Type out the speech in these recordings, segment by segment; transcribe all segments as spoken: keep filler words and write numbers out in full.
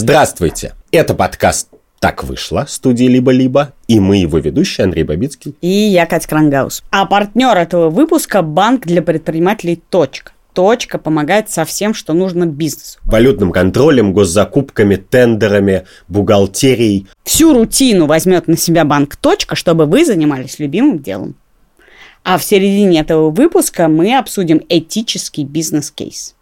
Здравствуйте! Это подкаст «Так вышло» студии «Либо-либо», и мы его ведущие Андрей Бабицкий и я, Катя Крангаус. А партнер этого выпуска – банк для предпринимателей «Точка». «Точка» помогает со всем, что нужно бизнесу. Валютным контролем, госзакупками, тендерами, бухгалтерией. Всю рутину возьмет на себя банк «Точка», чтобы вы занимались любимым делом. А в середине этого выпуска мы обсудим этический бизнес-кейс.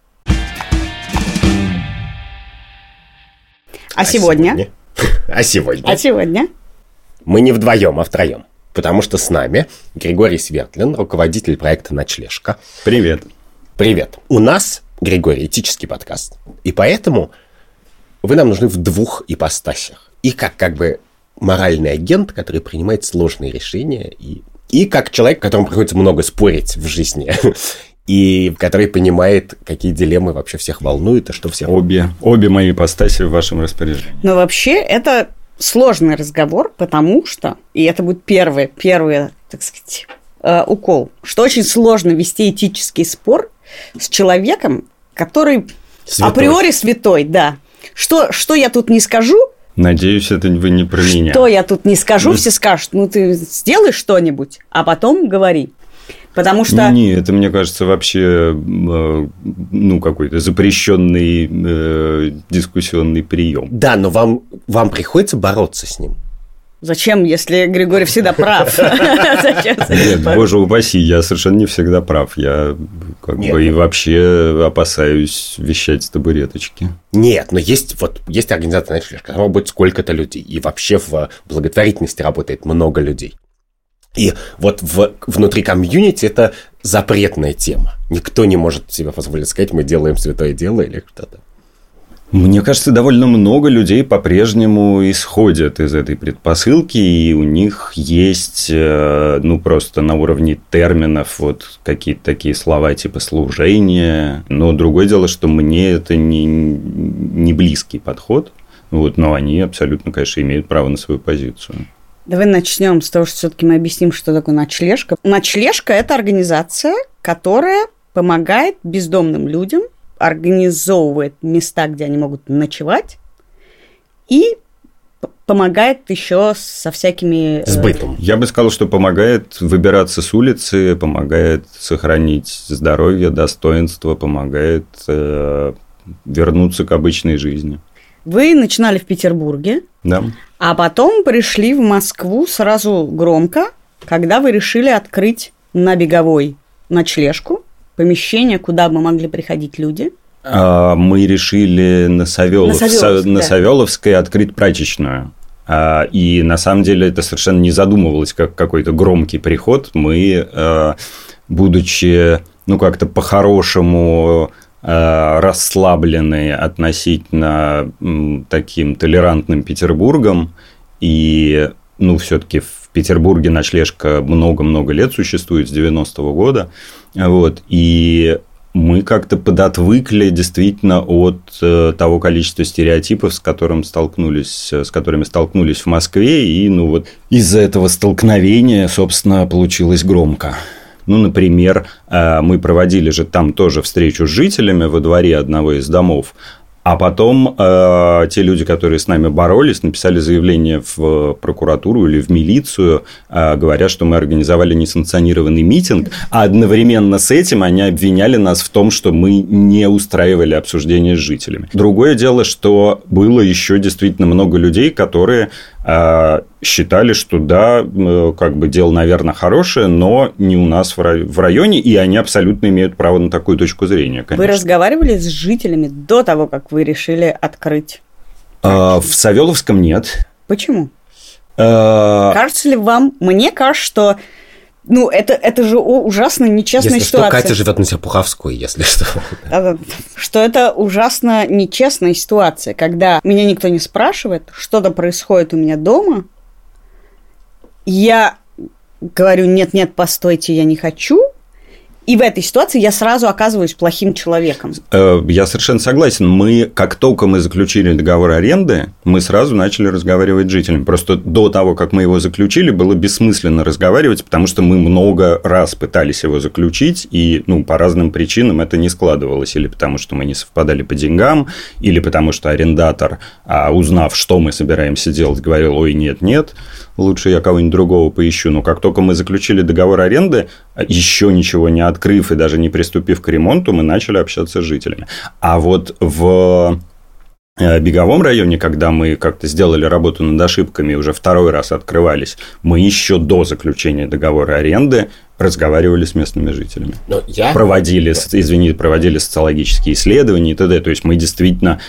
А, а сегодня? сегодня? А сегодня? А сегодня? Мы не вдвоем, а втроем. Потому что с нами Григорий Свердлин, руководитель проекта «Ночлежка». Привет. Привет. У нас, Григорий, этический подкаст. И поэтому вы нам нужны в двух ипостасях. И как, как бы моральный агент, который принимает сложные решения, и, и как человек, которому приходится много спорить в жизни, и который понимает, какие дилеммы вообще всех волнуют, и что всех... Обе, обе мои ипостаси в вашем распоряжении. Но вообще это сложный разговор, потому что, и это будет первый, первый, так сказать, э, укол, что очень сложно вести этический спор с человеком, который святой. Априори святой, да. Что, что я тут не скажу... Надеюсь, это вы не про меня. Что я тут не скажу, все скажут, ну ты сделай что-нибудь, а потом говори. Потому что... Не, это, мне кажется, вообще ну, какой-то запрещенный э, дискуссионный прием. Да, но вам, вам приходится бороться с ним. Зачем, если Григорий всегда прав? Нет, боже упаси, я совершенно не всегда прав. Я как бы и вообще опасаюсь вещать с табуреточки. Нет, но есть вот есть организация «Ночлежка», которая будет сколько-то людей. И вообще в благотворительности работает много людей. И вот в, внутри комьюнити это запретная тема. Никто не может себе позволить сказать, мы делаем святое дело или что-то. Мне кажется, довольно много людей по-прежнему исходят из этой предпосылки, и у них есть, ну, просто на уровне терминов вот какие-то такие слова типа «служение». Но другое дело, что мне это не, не близкий подход, вот, но они абсолютно, конечно, имеют право на свою позицию. Давай начнем с того, что все-таки мы объясним, что такое ночлежка. Ночлежка – это организация, которая помогает бездомным людям, организовывает места, где они могут ночевать, и помогает еще со всякими... С бытом. Я бы сказал, что помогает выбираться с улицы, помогает сохранить здоровье, достоинство, помогает э, вернуться к обычной жизни. Вы начинали в Петербурге, да. А потом пришли в Москву сразу громко, когда вы решили открыть на Беговой ночлежку, помещение, куда бы могли приходить люди. Мы решили на, Савелов... на, Савеловск, на да. Савеловской открыть прачечную. И на самом деле это совершенно не задумывалось как какой-то громкий приход. Мы, будучи ну, как-то по-хорошему расслабленные относительно таким толерантным Петербургом, и ну, все-таки в Петербурге ночлежка много-много лет существует, с девяностого года, вот, и мы как-то подотвыкли действительно от того количества стереотипов, с, которым столкнулись, с которыми столкнулись в Москве, и ну, вот из-за этого столкновения, собственно, получилось громко. Ну, например, мы проводили же там тоже встречу с жителями во дворе одного из домов, а потом э, те люди, которые с нами боролись, написали заявление в прокуратуру или в милицию, э, говоря, что мы организовали несанкционированный митинг, а одновременно с этим они обвиняли нас в том, что мы не устраивали обсуждение с жителями. Другое дело, что было еще действительно много людей, которые э, считали, что да, э, как бы дело, наверное, хорошее, но не у нас в районе, и они абсолютно имеют право на такую точку зрения, конечно. Вы разговаривали с жителями до того, как вы решили открыть? В Савеловском нет. Почему? Кажется ли вам? Мне кажется, что ну, это, это же ужасно нечестная если ситуация. Если что, Катя живет на Серпуховской, если что. Что это ужасно нечестная ситуация, когда меня никто не спрашивает, что-то происходит у меня дома, я говорю, нет-нет, постойте, я не хочу, И в этой ситуации я сразу оказываюсь плохим человеком. Я совершенно согласен. Мы, как только мы заключили договор аренды, мы сразу начали разговаривать с жителями. Просто до того, как мы его заключили, было бессмысленно разговаривать, потому что мы много раз пытались его заключить, и ну, по разным причинам это не складывалось. Или потому, что мы не совпадали по деньгам, или потому, что арендатор, узнав, что мы собираемся делать, говорил: ой, нет, нет, лучше я кого-нибудь другого поищу. Но как только мы заключили договор аренды, еще ничего не открыв и даже не приступив к ремонту, мы начали общаться с жителями. А вот в Беговом районе, когда мы как-то сделали работу над ошибками и уже второй раз открывались, мы еще до заключения договора аренды разговаривали с местными жителями. Но я... Проводили, извини, проводили социологические исследования и т.д. То есть, мы действительно...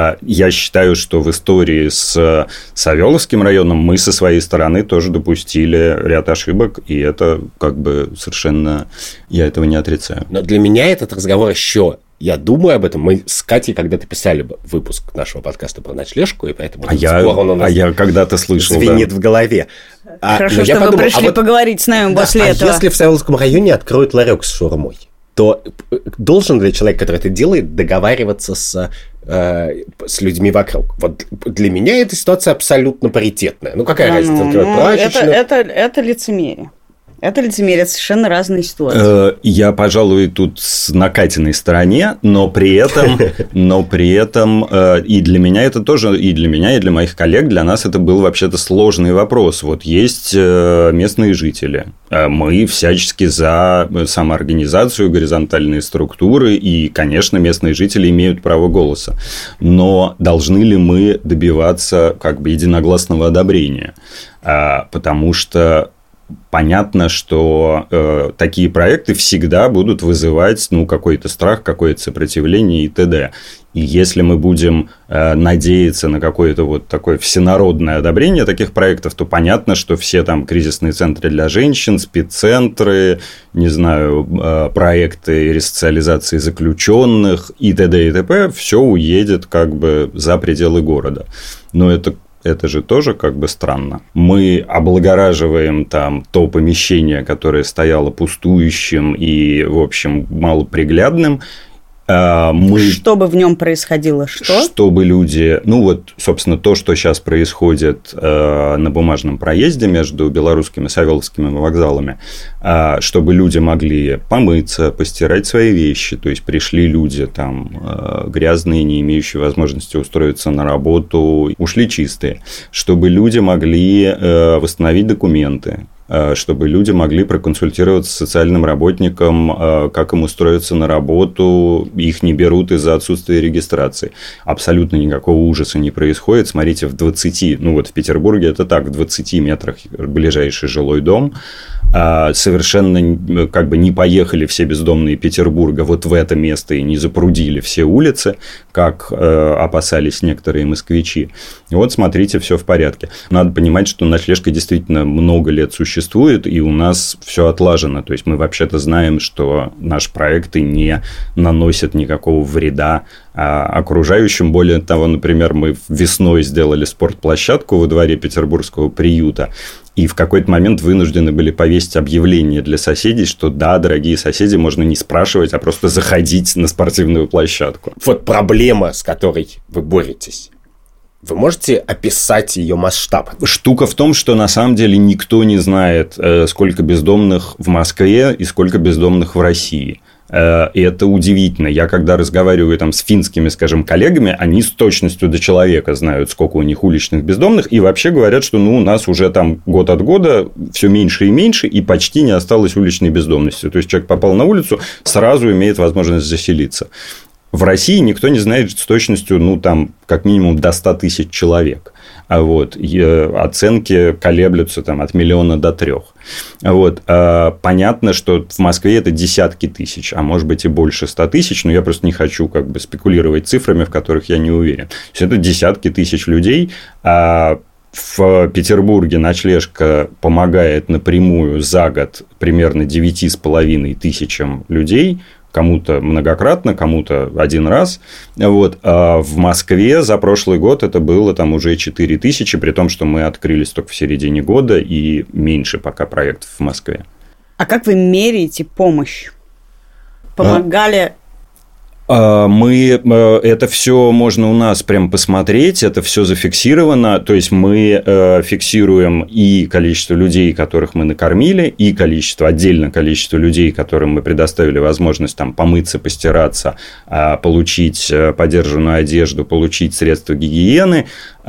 Я считаю, что в истории с Савеловским районом мы со своей стороны тоже допустили ряд ошибок, и это как бы совершенно... Я этого не отрицаю. Но для меня этот разговор еще... Я думаю об этом. Мы с Катей когда-то писали выпуск нашего подкаста про ночлежку, и поэтому... А, я, а я когда-то слышал, звенит да. в голове. Хорошо, а, что вы подумал, пришли а вот, поговорить с нами да, после а этого. Если в Савеловском районе откроют ларек с шаурмой, то должен ли человек, который это делает, договариваться с, э, с людьми вокруг? Вот для меня эта ситуация абсолютно паритетная. Ну, какая а, разница? Ну, это, это, это лицемерие. Это лицемерие, это совершенно разные ситуации. Я, пожалуй, тут на Катиной стороне, но при этом, но при этом и для меня это тоже, и для меня, и для моих коллег, для нас это был вообще-то сложный вопрос. Вот есть местные жители, мы всячески за самоорганизацию, горизонтальные структуры, и, конечно, местные жители имеют право голоса. Но должны ли мы добиваться как бы единогласного одобрения? Потому что понятно, что э, такие проекты всегда будут вызывать ну, какой-то страх, какое-то сопротивление и т.д. И если мы будем э, надеяться на какое-то вот такое всенародное одобрение таких проектов, то понятно, что все там кризисные центры для женщин, спеццентры, не знаю, э, проекты ресоциализации заключенных и т.д. и т.п. все уедет как бы за пределы города. Но это Это же тоже как бы странно. Мы облагораживаем там то помещение, которое стояло пустующим и, в общем, малоприглядным. Мы... Чтобы в нем происходило что? Чтобы люди... Ну, вот, собственно, то, что сейчас происходит э, на Бумажном проезде между Белорусским и Савеловскими вокзалами, э, чтобы люди могли помыться, постирать свои вещи. То есть, пришли люди там э, грязные, не имеющие возможности устроиться на работу, ушли чистые. Чтобы люди могли э, восстановить документы, чтобы люди могли проконсультироваться с социальным работником, как им устроиться на работу, их не берут из-за отсутствия регистрации. Абсолютно никакого ужаса не происходит. Смотрите, в двадцати, ну вот в Петербурге это так, в двадцати метрах ближайший жилой дом. Совершенно как бы не поехали все бездомные Петербурга вот в это место и не запрудили все улицы, как опасались некоторые москвичи. И вот, смотрите, все в порядке. Надо понимать, что ночлежка действительно много лет существует, и у нас все отлажено. То есть, мы вообще-то знаем, что наши проекты не наносят никакого вреда окружающим. Более того, например, мы весной сделали спортплощадку во дворе Петербургского приюта, и в какой-то момент вынуждены были повесить объявление для соседей, что да, дорогие соседи, можно не спрашивать, а просто заходить на спортивную площадку. Вот проблема, с которой вы боретесь. Вы можете описать ее масштаб? Штука в том, что на самом деле никто не знает, сколько бездомных в Москве и сколько бездомных в России. И это удивительно. Я когда разговариваю там с финскими, скажем, коллегами, они с точностью до человека знают, сколько у них уличных бездомных, и вообще говорят, что ну, у нас уже там год от года все меньше и меньше, и почти не осталось уличной бездомности. То есть, человек попал на улицу, сразу имеет возможность заселиться. В России никто не знает с точностью, ну, там, как минимум до ста тысяч человек. А вот, и оценки колеблются там, от миллиона до трех. Вот. А понятно, что в Москве это десятки тысяч, а может быть и больше ста тысяч, но я просто не хочу как бы спекулировать цифрами, в которых я не уверен. То есть, это десятки тысяч людей, а в Петербурге ночлежка помогает напрямую за год примерно девяти с половиной тысячам людей, кому-то многократно, кому-то один раз. Вот. А в Москве за прошлый год это было там уже четыре тысячи, при том, что мы открылись только в середине года, и меньше пока проектов в Москве. А как вы меряете помощь? помогали... Мы, это все можно у нас прям посмотреть, это все зафиксировано, то есть мы фиксируем и количество людей, которых мы накормили, и количество, отдельно количество людей, которым мы предоставили возможность там помыться, постираться, получить подержанную одежду, получить средства гигиены.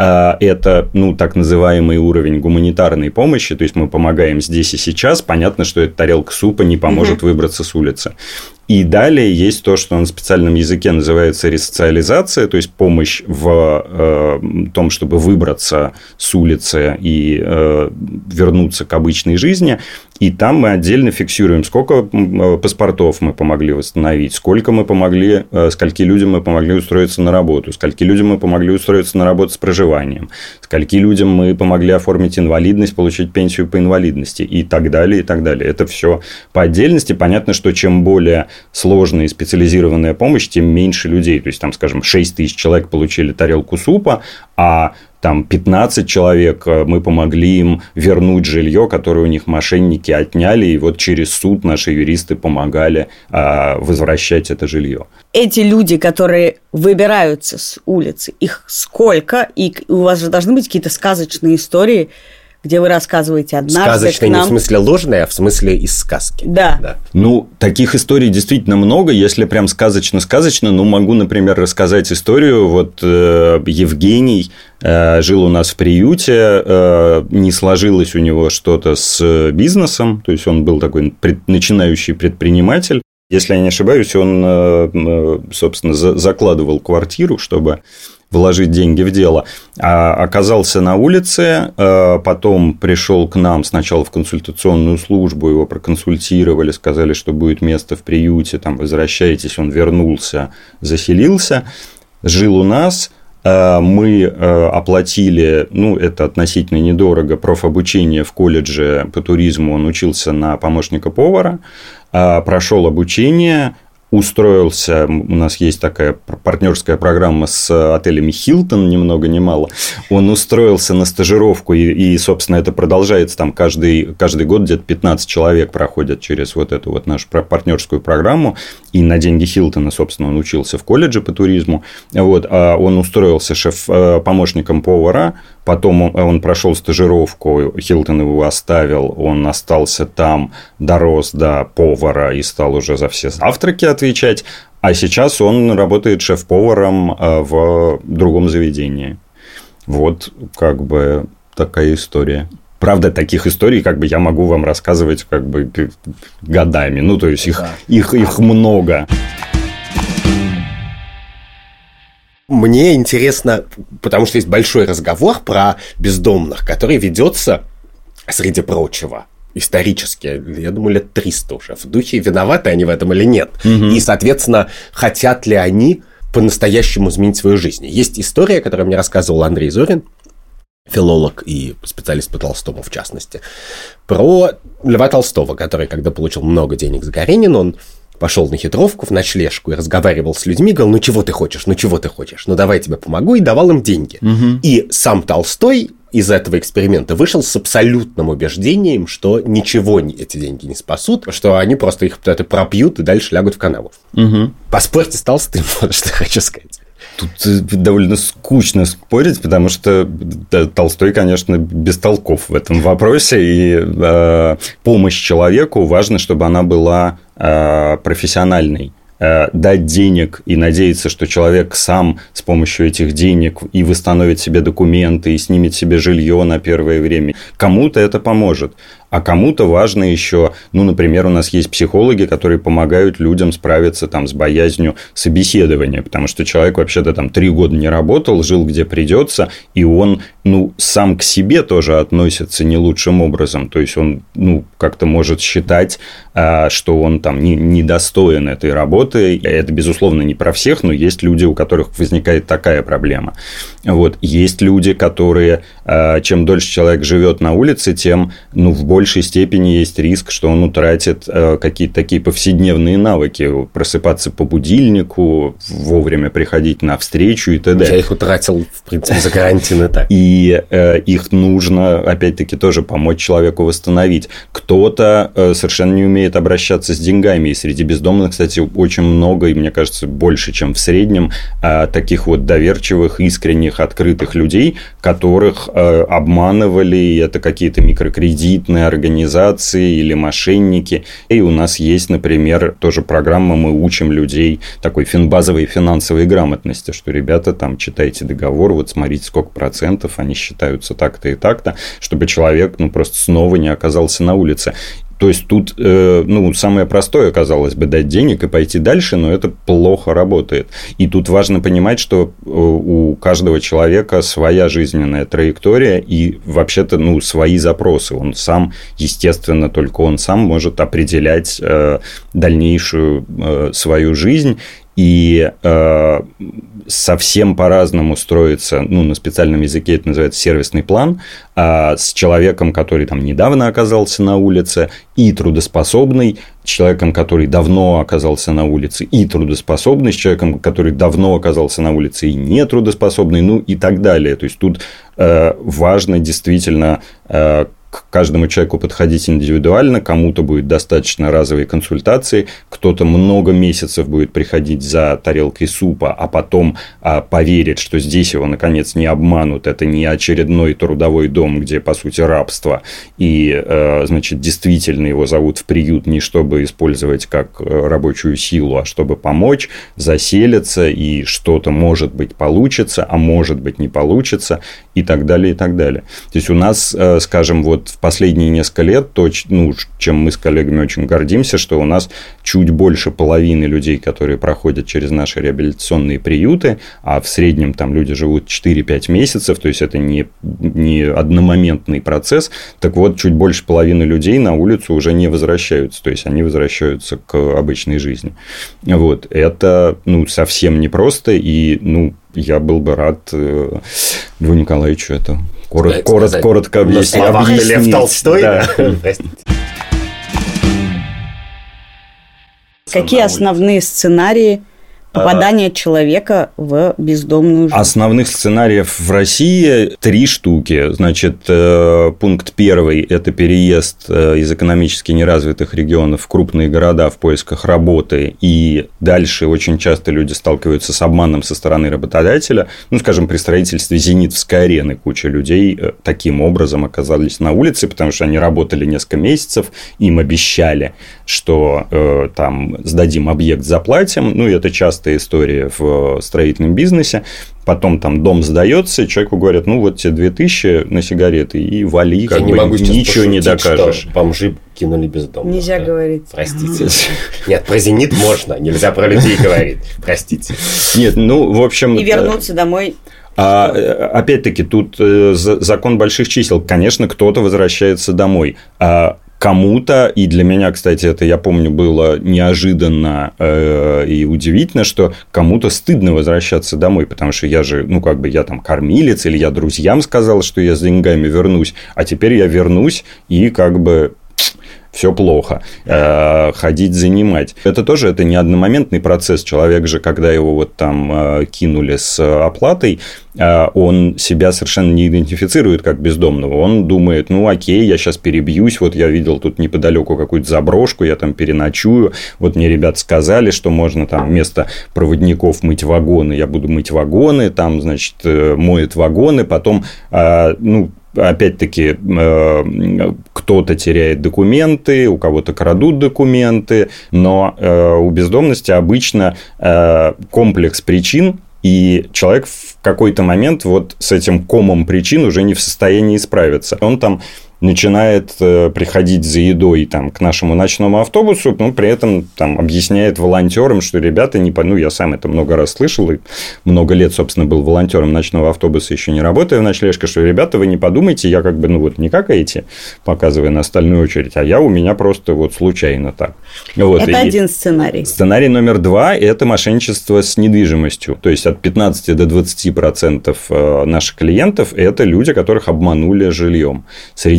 Это, ну, так называемый уровень гуманитарной помощи, то есть мы помогаем здесь и сейчас, понятно, что эта тарелка супа не поможет угу. выбраться с улицы. И далее есть то, что на специальном языке называется ресоциализация, то есть помощь в э, том, чтобы выбраться с улицы и э, вернуться к обычной жизни. И там мы отдельно фиксируем, сколько паспортов мы помогли восстановить, сколько мы помогли, скольки людям мы помогли устроиться на работу, скольки людям мы помогли устроиться на работу с проживанием, скольки людям мы помогли оформить инвалидность, получить пенсию по инвалидности и так далее, и так далее. Это все по отдельности. Понятно, что чем более сложная и специализированная помощь, тем меньше людей. То есть, там, скажем, шесть тысяч человек получили тарелку супа, а там пятнадцать человек мы помогли им вернуть жилье, которое у них мошенники отняли, и вот через суд наши юристы помогали а, возвращать это жилье. Эти люди, которые выбираются с улицы, их сколько? И у вас же должны быть какие-то сказочные истории, где вы рассказываете однажды сказочные нам... не в смысле ложные, а в смысле из сказки. Да. да. Ну, таких историй действительно много. Если прям сказочно-сказочно, ну, могу, например, рассказать историю. Вот э, Евгений э, жил у нас в приюте, э, не сложилось у него что-то с бизнесом, то есть он был такой пред, начинающий предприниматель. Если я не ошибаюсь, он, э, собственно, за, закладывал квартиру, чтобы... вложить деньги в дело. А оказался на улице, потом пришел к нам сначала в консультационную службу, его проконсультировали, сказали, что будет место в приюте, там возвращайтесь, он вернулся, заселился, жил у нас. Мы оплатили, ну, это относительно недорого, профобучение в колледже по туризму, он учился на помощника повара, прошел обучение, устроился, у нас есть такая партнерская программа с отелями Hilton, ни много ни мало, он устроился на стажировку, и, и собственно, это продолжается, там каждый, каждый год где-то пятнадцать человек проходят через вот эту вот нашу партнерскую программу, и на деньги Хилтона, собственно, он учился в колледже по туризму, вот, а он устроился шеф-помощником повара, потом он, он прошел стажировку, Хилтон его оставил, он остался там, дорос до повара и стал уже за все завтраки отвечать, а сейчас он работает шеф-поваром в другом заведении. Вот как бы такая история. Правда, таких историй как бы я могу вам рассказывать как бы годами. Ну, то есть, их, да. их, их много. Мне интересно, потому что есть большой разговор про бездомных, который ведется, среди прочего, исторически, я думаю, лет триста уже. В духе, виноваты они в этом или нет. Угу. И, соответственно, хотят ли они по-настоящему изменить свою жизнь. Есть история, которую мне рассказывал Андрей Зорин, филолог и специалист по Толстому, в частности, про Льва Толстого, который, когда получил много денег за Каренина, он пошел на хитровку, в ночлежку и разговаривал с людьми, говорил, ну чего ты хочешь, ну чего ты хочешь, ну давай я тебе помогу, и давал им деньги. Угу. И сам Толстой из этого эксперимента вышел с абсолютным убеждением, что ничего эти деньги не спасут, что они просто их это пропьют и дальше лягут в канаву. Угу. Поспорьте с Толстым, вот что я хочу сказать. Тут довольно скучно спорить, потому что Толстой, конечно, бестолков в этом вопросе, и э, помощь человеку важно, чтобы она была э, профессиональной. Э, дать денег и надеяться, что человек сам с помощью этих денег и восстановит себе документы, и снимет себе жилье на первое время. Кому-то это поможет. А кому-то важно еще, ну, например, у нас есть психологи, которые помогают людям справиться там, с боязнью собеседования, потому что человек вообще-то там три года не работал, жил где придется, и он, ну, сам к себе тоже относится не лучшим образом, то есть он, ну, как-то может считать, что он там не, недостоин этой работы. Это, безусловно, не про всех, но есть люди, у которых возникает такая проблема. Вот. Есть люди, которые, чем дольше человек живет на улице, тем, ну, в большей степени есть риск, что он утратит э, какие-то такие повседневные навыки. Просыпаться по будильнику, вовремя приходить на встречу и т.д. Я их утратил, в принципе, за карантин и так. И э, их нужно, опять-таки, тоже помочь человеку восстановить. Кто-то э, совершенно не умеет обращаться с деньгами. И среди бездомных, кстати, очень много, и мне кажется, больше, чем в среднем, э, таких вот доверчивых, искренних, открытых людей, которых э, обманывали, и это какие-то микрокредитные организации или мошенники. И у нас есть, например, тоже программа, мы учим людей такой базовой финансовой грамотности, что, ребята, там, читайте договор, вот смотрите, сколько процентов, они считаются так-то и так-то, чтобы человек, ну, просто снова не оказался на улице. То есть тут, э, ну, самое простое, казалось бы, дать денег и пойти дальше, но это плохо работает. И тут важно понимать, что у каждого человека своя жизненная траектория и вообще-то, ну, свои запросы. Он сам, естественно, только он сам может определять э, дальнейшую э, свою жизнь. И э, совсем по-разному строится, ну, на специальном языке это называется сервисный план, а с человеком, который там недавно оказался на улице и трудоспособный, с человеком, который давно оказался на улице и трудоспособный, с человеком, который давно оказался на улице и не трудоспособный, ну, и так далее. То есть тут э, важно действительно э, к каждому человеку подходить индивидуально, кому-то будет достаточно разовой консультации, кто-то много месяцев будет приходить за тарелкой супа, а потом а, поверит, что здесь его, наконец, не обманут, это не очередной трудовой дом, где, по сути, рабство, и, э, значит, действительно его зовут в приют не чтобы использовать как рабочую силу, а чтобы помочь, заселиться, и что-то, может быть, получится, а может быть, не получится, и так далее, и так далее. То есть, у нас, э, скажем, вот в последние несколько лет, то, ну, чем мы с коллегами очень гордимся, что у нас чуть больше половины людей, которые проходят через наши реабилитационные приюты, а в среднем там люди живут четыре-пять месяцев, то есть это не, не одномоментный процесс, так вот, чуть больше половины людей на улицу уже не возвращаются, то есть они возвращаются к обычной жизни. Вот. Это, ну, совсем непросто, и, ну, я был бы рад э, Льву Николаевичу это коротко, коротко, коротко объяснить. объяснить. Лев Толстой? Да. Какие основные сценарии попадания человека в бездомную жизнь? Основных сценариев в России три штуки. Значит, пункт первый – это переезд из экономически неразвитых регионов в крупные города в поисках работы. И дальше очень часто люди сталкиваются с обманом со стороны работодателя. Ну, скажем, при строительстве Зенитовской арены куча людей таким образом оказались на улице, потому что они работали несколько месяцев, им обещали, что э, там сдадим объект, заплатим. Ну, и это часто история в строительном бизнесе. Потом там дом сдается, и человеку говорят, ну, вот тебе две тысячи на сигареты, и вали, как не бы, могу ничего не докажешь. Что бомжи кинули бездомных. Нельзя да? говорить. Простите. Нет, про «Зенит» можно, нельзя про людей говорить. Простите. Нет, ну, в общем... И вернуться домой... А, опять-таки, тут закон больших чисел. Конечно, кто-то возвращается домой. А кому-то, и для меня, кстати, это, я помню, было неожиданно э, и удивительно, что кому-то стыдно возвращаться домой, потому что я же, ну, как бы, я там кормилец, или я друзьям сказал, что я с деньгами вернусь, а теперь я вернусь, и как бы... все плохо, э, ходить занимать. Это тоже это не одномоментный процесс. Человек же, когда его вот там э, кинули с оплатой, э, он себя совершенно не идентифицирует как бездомного. Он думает, ну окей, я сейчас перебьюсь, вот я видел тут неподалеку какую-то заброшку, я там переночую, вот мне ребята сказали, что можно там вместо проводников мыть вагоны, я буду мыть вагоны, там, значит, э, моют вагоны, потом, э, ну, опять-таки, кто-то теряет документы, у кого-то крадут документы, но у бездомности обычно комплекс причин, и человек в какой-то момент вот с этим комом причин уже не в состоянии справиться. Он там начинает э, приходить за едой там, к нашему ночному автобусу, но при этом там, объясняет волонтерам, что ребята, не... ну, я сам это много раз слышал, и много лет, собственно, был волонтером ночного автобуса, еще не работая в ночлежке, что, ребята, вы не подумайте, я как бы, ну, вот не как эти, показывая на остальную очередь, а я у меня просто вот случайно так. Вот. Это и один сценарий. Сценарий номер два – это мошенничество с недвижимостью. То есть, от пятнадцати до двадцати процентов наших клиентов – это люди, которых обманули жильем. Среди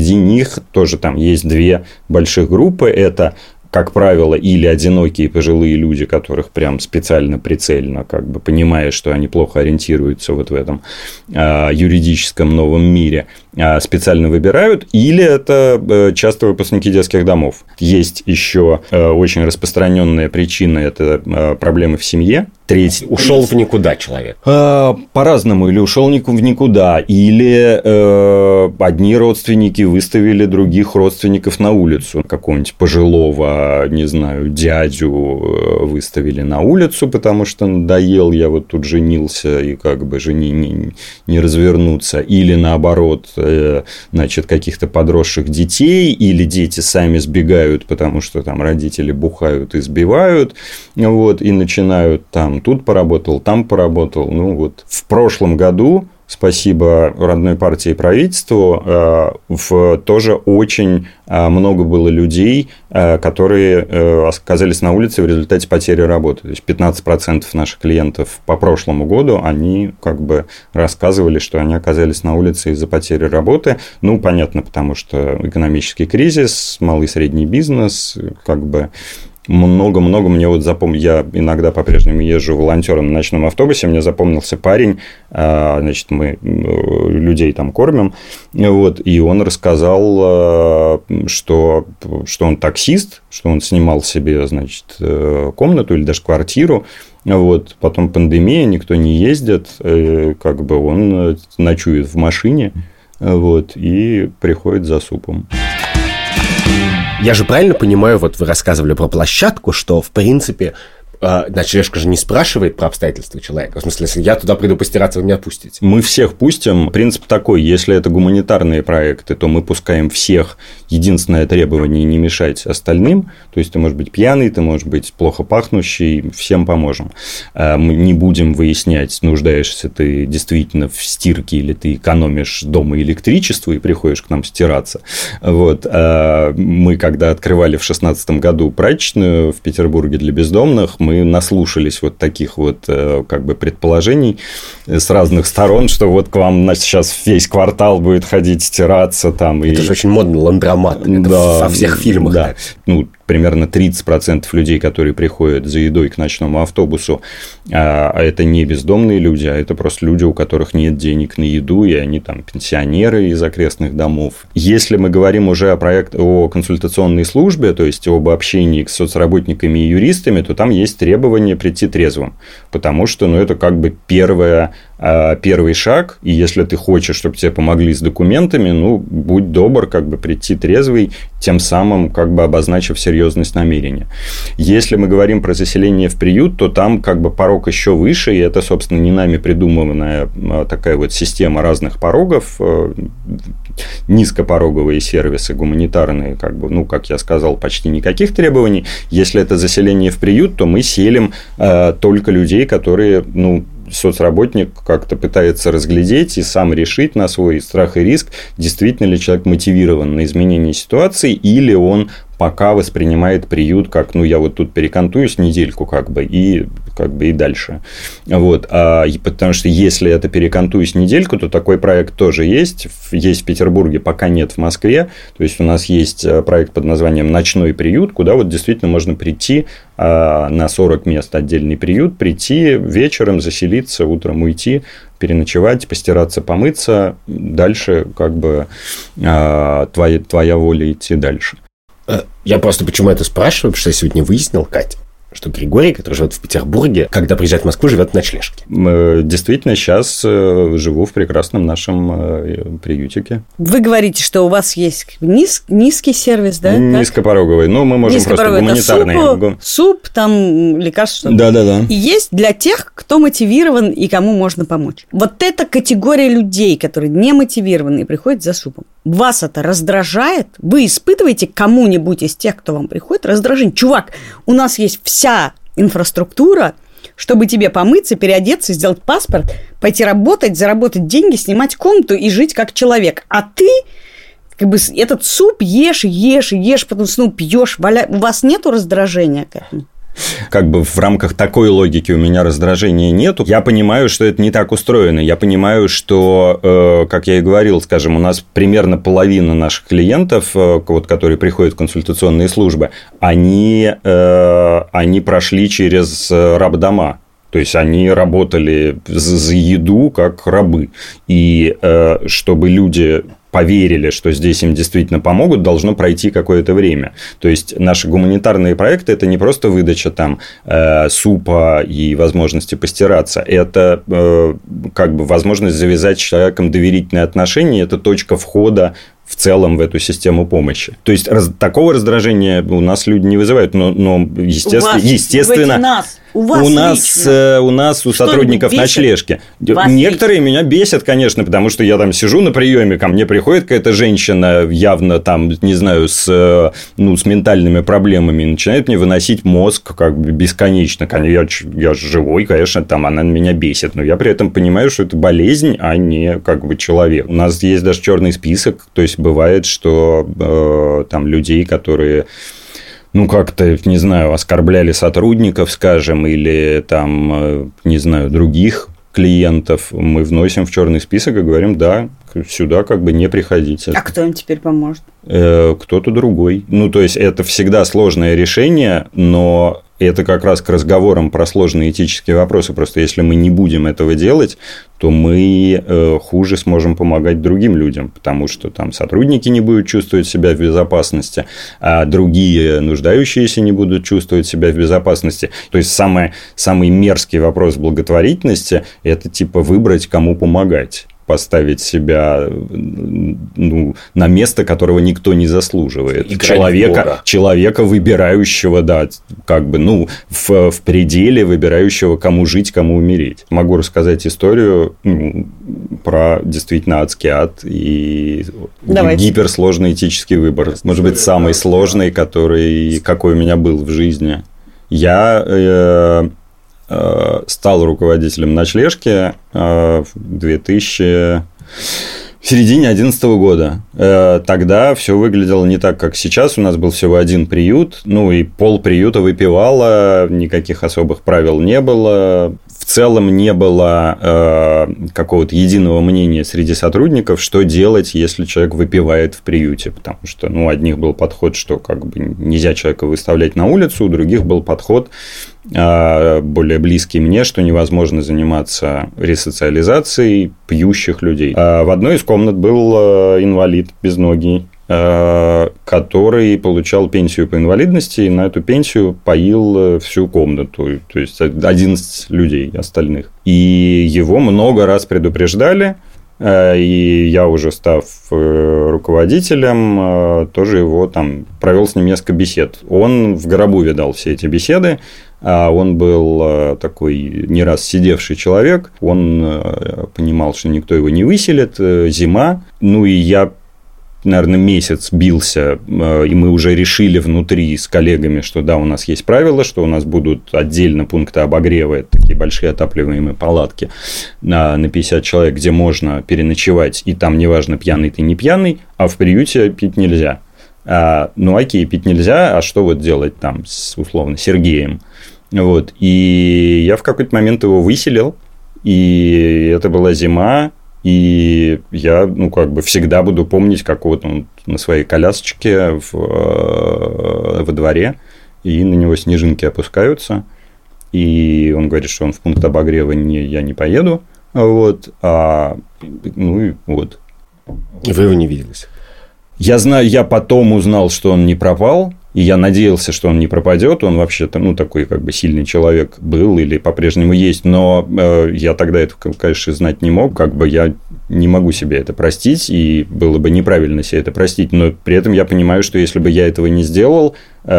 Среди них тоже там есть две больших группы. Это, как правило, или одинокие пожилые люди, которых прям специально, прицельно, как бы понимая, что они плохо ориентируются вот в этом э, юридическом новом мире, э, специально выбирают, или это э, часто выпускники детских домов. Есть еще э, очень распространенная причина – это э, проблемы в семье. Треть... Ушел в никуда человек. Э, по-разному. Или ушел в никуда, или э, одни родственники выставили других родственников на улицу. Какого-нибудь пожилого, не знаю, дядю выставили на улицу, потому что надоел, я вот тут женился, и как бы жени не, не развернуться. Или наоборот, э, значит, каких-то подросших детей, или дети сами сбегают, потому что там родители бухают и сбивают, вот, и начинают там тут поработал, там поработал. Ну, вот в прошлом году, спасибо родной партии и правительству, в, тоже очень много было людей, которые оказались на улице в результате потери работы. То есть пятнадцать процентов наших клиентов по прошлому году, они как бы рассказывали, что они оказались на улице из-за потери работы. Ну, понятно, потому что экономический кризис, малый и средний бизнес, как бы... Много-много мне вот запомнил, я иногда по-прежнему езжу волонтером на ночном автобусе, мне запомнился парень, значит, мы людей там кормим, вот, и он рассказал, что, что он таксист, что он снимал себе, значит, комнату или даже квартиру, вот, потом пандемия, никто не ездит, как бы он ночует в машине, вот, и приходит за супом. Я же правильно понимаю, вот вы рассказывали про площадку, что, в принципе, ночлежка же не спрашивает про обстоятельства человека. В смысле, если я туда приду постираться, вы меня пустите? Мы всех пустим. Принцип такой, если это гуманитарные проекты, то мы пускаем всех. Единственное требование – не мешать остальным. То есть, ты можешь быть пьяный, ты можешь быть плохо пахнущий, всем поможем. Мы не будем выяснять, нуждаешься ты действительно в стирке или ты экономишь дома электричество и приходишь к нам стираться. Вот. Мы, когда открывали в шестнадцатом году прачечную в Петербурге для бездомных, мы наслушались вот таких вот как бы предположений с разных сторон, что вот к вам сейчас весь квартал будет ходить стираться там. Это и... же очень модно, ландромат. Это да, во всех фильмах. Да. Ну, примерно тридцать процентов людей, которые приходят за едой к ночному автобусу, а это не бездомные люди, а это просто люди, у которых нет денег на еду, и они там пенсионеры из окрестных домов. Если мы говорим уже о, проект... о консультационной службе, то есть об общении с соцработниками и юристами, то там есть требование прийти трезвым, потому что ну, это как бы первое, первый шаг, и если ты хочешь, чтобы тебе помогли с документами, ну, будь добр, как бы прийти трезвый, тем самым как бы обозначив серьезность намерения. Если мы говорим про заселение в приют, то там как бы порог еще выше, и это, собственно, не нами придуманная такая вот система разных порогов, низкопороговые сервисы, гуманитарные, как бы, ну, как я сказал, почти никаких требований. Если это заселение в приют, то мы селим э, только людей, которые, ну, соцработник как-то пытается разглядеть и сам решить на свой страх и риск, действительно ли человек мотивирован на изменение ситуации, или он пока воспринимает приют как, ну, я вот тут перекантуюсь недельку, как бы, и, как бы, и дальше. Вот. А, потому что если это перекантуюсь недельку, то такой проект тоже есть. Есть в Петербурге, пока нет в Москве. То есть, у нас есть проект под названием «Ночной приют», куда вот действительно можно прийти а, на сорок мест отдельный приют, прийти вечером, заселиться, утром уйти, переночевать, постираться, помыться. Дальше, как бы, а, твоя, твоя воля идти дальше. Я просто почему это спрашиваю, потому что я сегодня выяснил, Катя, что Григорий, который живет в Петербурге, когда приезжает в Москву, живет в ночлежке. Действительно, сейчас живу в прекрасном нашем приютике. Вы говорите, что у вас есть низ, низкий сервис, да? Низкопороговый. Ну, мы можем просто гуманитарный. Суп, суп, там лекарства. Да-да-да. И есть для тех, кто мотивирован и кому можно помочь. Вот эта категория людей, которые не мотивированы и приходят за супом. Вас это раздражает? Вы испытываете кому-нибудь из тех, кто вам приходит, раздражение? Чувак, у нас есть вся инфраструктура, чтобы тебе помыться, переодеться, сделать паспорт, пойти работать, заработать деньги, снимать комнату и жить как человек. А ты как бы этот суп ешь, ешь, ешь, потом снова пьешь, валя... У вас нету раздражения к этому? Как бы в рамках такой логики у меня раздражения нету. Я понимаю, что это не так устроено. Я понимаю, что, э, как я и говорил, скажем, у нас примерно половина наших клиентов, э, вот, которые приходят в консультационные службы, они, э, они прошли через рабдома. То есть, они работали за еду как рабы. И э, чтобы люди поверили, что здесь им действительно помогут, должно пройти какое-то время. То есть, наши гуманитарные проекты – это не просто выдача там э, супа и возможности постираться. Это э, как бы возможность завязать с человеком доверительные отношения. Это точка входа в целом в эту систему помощи. То есть, раз, такого раздражения у нас люди не вызывают, но, но естественно, у вас, естественно нас, у, вас у, нас, э, у нас, у Что сотрудников ночлежки. Некоторые лично? Меня бесят, конечно, потому что я там сижу на приеме, ко мне приходит какая-то женщина, явно там, не знаю, с, ну, с ментальными проблемами, и начинает мне выносить мозг как бы бесконечно. Я, я живой, конечно, там она меня бесит, но я при этом понимаю, что это болезнь, а не как бы человек. У нас есть даже черный список, то есть бывает, что э, там людей, которые, ну, как-то, не знаю, оскорбляли сотрудников, скажем, или там, э, не знаю, других клиентов, мы вносим в черный список и говорим, да, сюда как бы не приходите. А кто им теперь поможет? Э, кто-то другой. Ну, то есть, это всегда сложное решение, но это как раз к разговорам про сложные этические вопросы. Просто если мы не будем этого делать, то мы э, хуже сможем помогать другим людям, потому что там сотрудники не будут чувствовать себя в безопасности, а другие нуждающиеся не будут чувствовать себя в безопасности. То есть, самый, самый мерзкий вопрос благотворительности – это типа выбрать, кому помогать. Поставить себя, ну, на место, которого никто не заслуживает. Человека, человека, выбирающего, да, как бы, ну, в, в пределе выбирающего, кому жить, кому умереть. Могу рассказать историю, ну, про действительно адский ад и Давайте. гиперсложный этический выбор. Может быть, самый сложный, который, какой у меня был в жизни. Я... Э, стал руководителем ночлежки в две тысячи... в середине две тысячи одиннадцатого года. Тогда все выглядело не так, как сейчас. У нас был всего один приют, ну и пол приюта выпивало, никаких особых правил не было. В целом не было э, какого-то единого мнения среди сотрудников, что делать, если человек выпивает в приюте. Потому что, ну, у одних был подход, что как бы нельзя человека выставлять на улицу, у других был подход э, более близкий мне, что невозможно заниматься ресоциализацией пьющих людей. А в одной из комнат был э, инвалид безногий, который получал пенсию по инвалидности, и на эту пенсию поил всю комнату, то есть одиннадцать людей остальных. И его много раз предупреждали, и я уже став руководителем, тоже его там провел с ним несколько бесед. Он в гробу видал все эти беседы, он был такой не раз сидевший человек, он понимал, что никто его не выселит, зима, ну и я наверное, месяц бился, и мы уже решили внутри с коллегами, что да, у нас есть правила, что у нас будут отдельно пункты обогрева, это такие большие отапливаемые палатки на, на пятьдесят человек, где можно переночевать, и там неважно, пьяный ты, не пьяный, а в приюте пить нельзя. А, ну, окей, пить нельзя, а что вот делать там с, условно, Сергеем? Вот. И я в какой-то момент его выселил, и это была зима, и я, ну, как бы всегда буду помнить, как вот он на своей колясочке в, во дворе, и на него снежинки опускаются, и он говорит, что он в пункт обогрева не, я не поеду, вот, а, ну и вот. Вы его не виделись? Я знаю, я потом узнал, что он не пропал, и я надеялся, что он не пропадет. Он вообще-то, ну, такой как бы сильный человек был или по-прежнему есть. Но э, я тогда это, конечно, знать не мог. Как бы я не могу себе это простить, и было бы неправильно себе это простить. Но при этом я понимаю, что если бы я этого не сделал,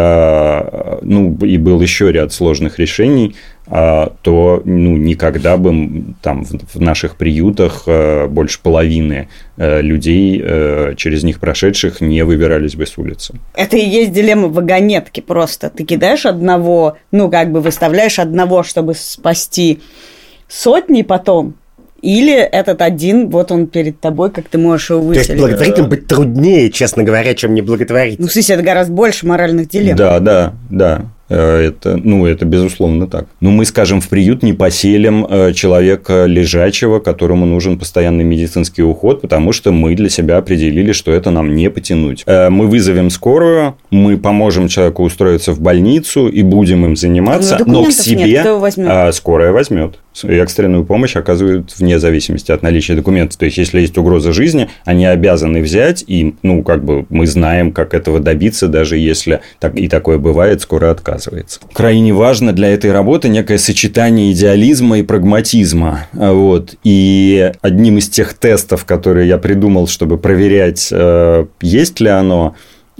э, ну, и был еще ряд сложных решений, э, то, ну, никогда бы там в, в наших приютах э, больше половины э, людей, э, через них прошедших, не выбирались бы с улицы. Это и есть дилемма вагонетки просто. Ты кидаешь одного, ну, как бы выставляешь одного, чтобы спасти сотни потом, или этот один, вот он перед тобой, как ты можешь его выселить. То есть благотворителям быть труднее, честно говоря, чем не благотворитель. Ну, в смысле, это гораздо больше моральных дилемм. Да, да, да. Это, ну, это безусловно так. Но мы, скажем, в приют не поселим человека лежачего, которому нужен постоянный медицинский уход, потому что мы для себя определили, что это нам не потянуть. Мы вызовем скорую, мы поможем человеку устроиться в больницу и будем им заниматься, но, но к себе нет, скорая возьмет. Экстренную помощь оказывают вне зависимости от наличия документов. То есть, если есть угроза жизни, они обязаны взять, и, ну, как бы мы знаем, как этого добиться, даже если так, и такое бывает, скорая отказывается. Крайне важно для этой работы некое сочетание идеализма и прагматизма. Вот. И одним из тех тестов, которые я придумал, чтобы проверять, есть ли оно,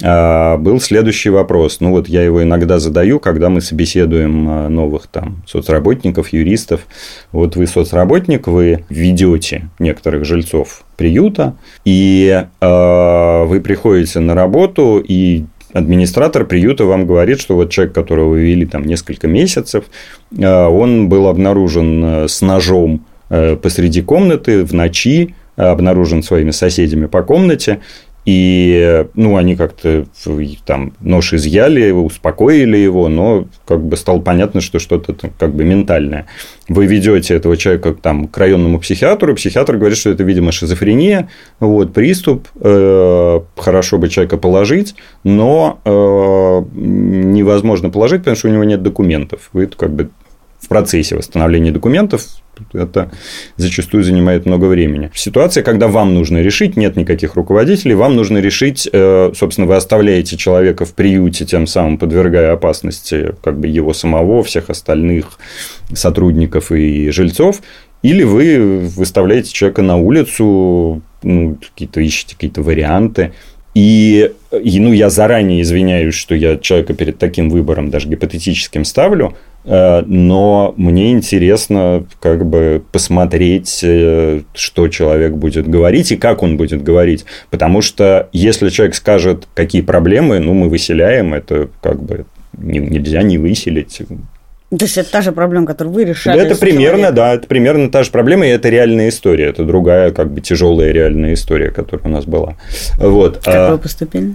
был следующий вопрос. Ну, вот я его иногда задаю, когда мы собеседуем новых там соцработников, юристов. Вот вы соцработник, вы ведете некоторых жильцов приюта, и э, вы приходите на работу, и администратор приюта вам говорит, что вот человек, которого вы вели там несколько месяцев, э, он был обнаружен с ножом э, посреди комнаты в ночи, обнаружен своими соседями по комнате. И, ну, они как-то там нож изъяли, успокоили его, но как бы стало понятно, что что-то как бы ментальное. Вы ведете этого человека там, к районному психиатру, психиатр говорит, что это, видимо, шизофрения, вот, приступ, э, хорошо бы человека положить, но э, невозможно положить, потому что у него нет документов. Вы как бы в процессе восстановления документов. Это зачастую занимает много времени. Ситуация, когда вам нужно решить, нет никаких руководителей, вам нужно решить, собственно, вы оставляете человека в приюте, тем самым подвергая опасности как бы его самого, всех остальных сотрудников и жильцов, или вы выставляете человека на улицу, ну, какие-то, ищете какие-то варианты. И, и ну, я заранее извиняюсь, что я человека перед таким выбором даже гипотетическим ставлю, но мне интересно как бы посмотреть, что человек будет говорить и как он будет говорить. Потому что если человек скажет, какие проблемы, ну, мы выселяем, это как бы нельзя не выселить. То есть, это та же проблема, которую вы решали? Да, это примерно, человека. да, это примерно та же проблема, и это реальная история. Это другая, как бы, тяжелая реальная история, которая у нас была. Вот. Как вы поступили?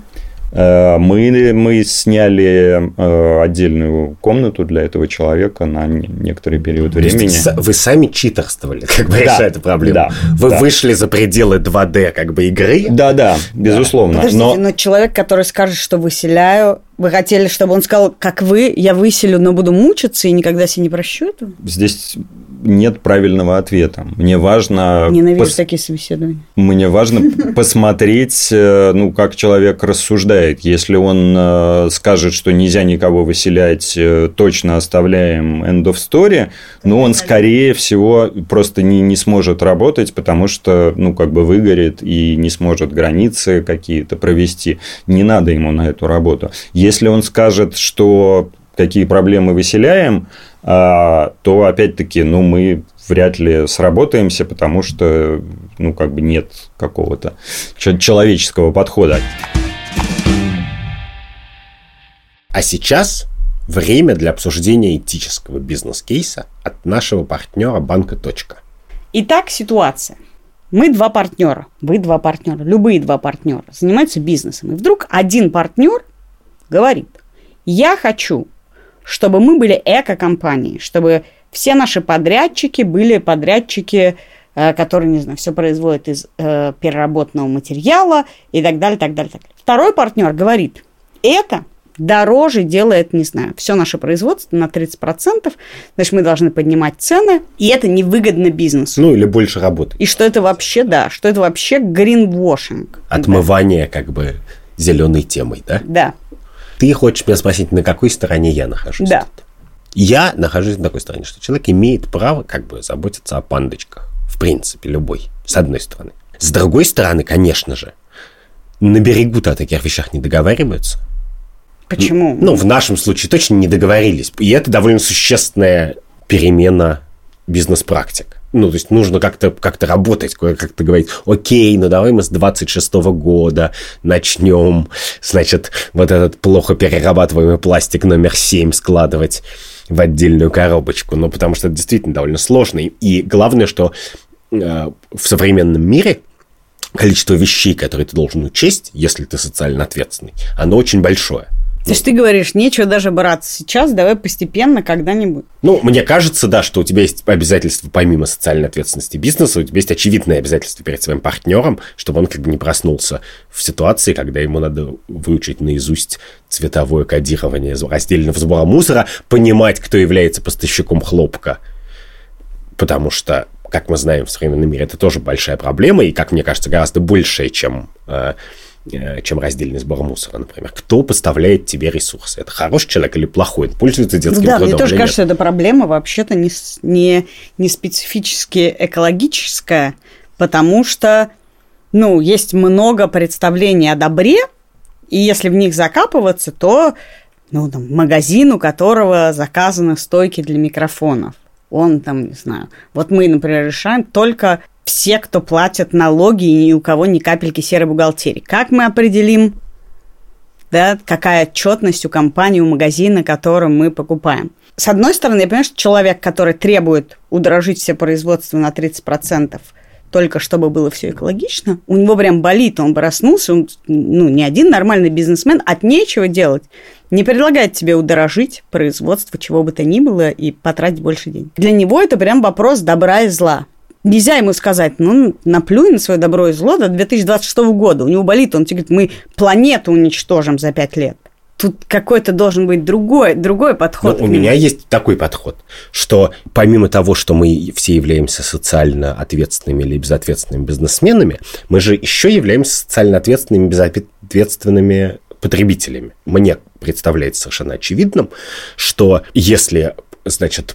Мы, мы сняли отдельную комнату для этого человека на некоторый период времени. Вы сами читерствовали, как бы, да, решая эту проблему. Да, вы да. вышли за пределы два дэ как бы игры. Да, да, безусловно. Подождите, но... но человек, который скажет, что выселяю, вы хотели, чтобы он сказал, как вы, я выселю, но буду мучиться и никогда себе не прощу этого? Здесь нет правильного ответа. Мне важно... Ненавижу пос... такие собеседования. Мне важно посмотреть, ну, как человек рассуждает. Если он скажет, что нельзя никого выселять, точно оставляем end of story, но он, скорее всего, просто не, не сможет работать, потому что, ну, как бы выгорит и не сможет границы какие-то провести. Не надо ему на эту работу. Если он скажет, что какие проблемы выселяем, то, опять-таки, ну, мы вряд ли сработаемся, потому что, ну, как бы нет какого-то человеческого подхода. А сейчас время для обсуждения этического бизнес-кейса от нашего партнера банка «Точка». Итак, ситуация. Мы два партнера, вы два партнера, любые два партнера занимаются бизнесом. И вдруг один партнер говорит: я хочу, чтобы мы были эко-компанией, чтобы все наши подрядчики были подрядчики, которые, не знаю, все производят из э, переработанного материала и так далее, так далее, так далее. Второй партнер говорит: это дороже делает, не знаю, все наше производство на тридцать процентов, значит, мы должны поднимать цены, и это невыгодно бизнесу. Ну, или больше работы. И что это вообще, да, что это вообще гринвошинг. Отмывание, да. как бы, зеленой темой, да? Да. Ты хочешь меня спросить, на какой стороне я нахожусь? Да. Я нахожусь на такой стороне, что человек имеет право как бы заботиться о пандочках. В принципе, любой. С одной стороны. С другой стороны, конечно же, на берегу-то о таких вещах не договариваются. Почему? Ну, в нашем случае точно не договорились. И это довольно существенная перемена бизнес-практик. Ну, то есть, нужно как-то, как-то работать, как-то говорить: окей, ну давай мы с двадцать шестого года начнем, значит, вот этот плохо перерабатываемый пластик номер семь складывать в отдельную коробочку. Ну, потому что это действительно довольно сложно. И главное, что э, в современном мире количество вещей, которые ты должен учесть, если ты социально ответственный, оно очень большое. То есть ты говоришь, нечего даже браться сейчас, давай постепенно, когда-нибудь. Ну, мне кажется, да, что у тебя есть обязательства помимо социальной ответственности бизнеса, у тебя есть очевидное обязательство перед своим партнером, чтобы он как бы не проснулся в ситуации, когда ему надо выучить наизусть цветовое кодирование раздельного сбора мусора, понимать, кто является поставщиком хлопка. Потому что, как мы знаем, в современном мире это тоже большая проблема, и, как мне кажется, гораздо большая, чем... чем раздельный сбор мусора, например. Кто поставляет тебе ресурсы? Это хороший человек или плохой? Он пользуется детским да, трудом? Мне тоже или кажется, нет? эта проблема вообще-то не, не, не специфически экологическая, потому что, ну, есть много представлений о добре, и если в них закапываться, то, ну, там, магазин, у которого заказаны стойки для микрофонов, он там, не знаю, вот мы, например, решаем только... все, кто платят налоги, и ни у кого ни капельки серой бухгалтерии. Как мы определим, да, какая отчетность у компании, у магазина, который мы покупаем? С одной стороны, я понимаю, что человек, который требует удорожить все производство на тридцать процентов, только чтобы было все экологично, у него прям болит, он проснулся, он, ну, ни один нормальный бизнесмен от нечего делать не предлагает тебе удорожить производство чего бы то ни было и потратить больше денег. Для него это прям вопрос добра и зла. Нельзя ему сказать, ну, наплюй на свое добро и зло до две тысячи двадцать шестого года. У него болит, он тебе говорит, мы планету уничтожим за пять лет. Тут какой-то должен быть другой, другой подход. Но у меня есть такой подход, что помимо того, что мы все являемся социально ответственными или безответственными бизнесменами, мы же еще являемся социально ответственными, безответственными потребителями. Мне представляется совершенно очевидным, что если, значит,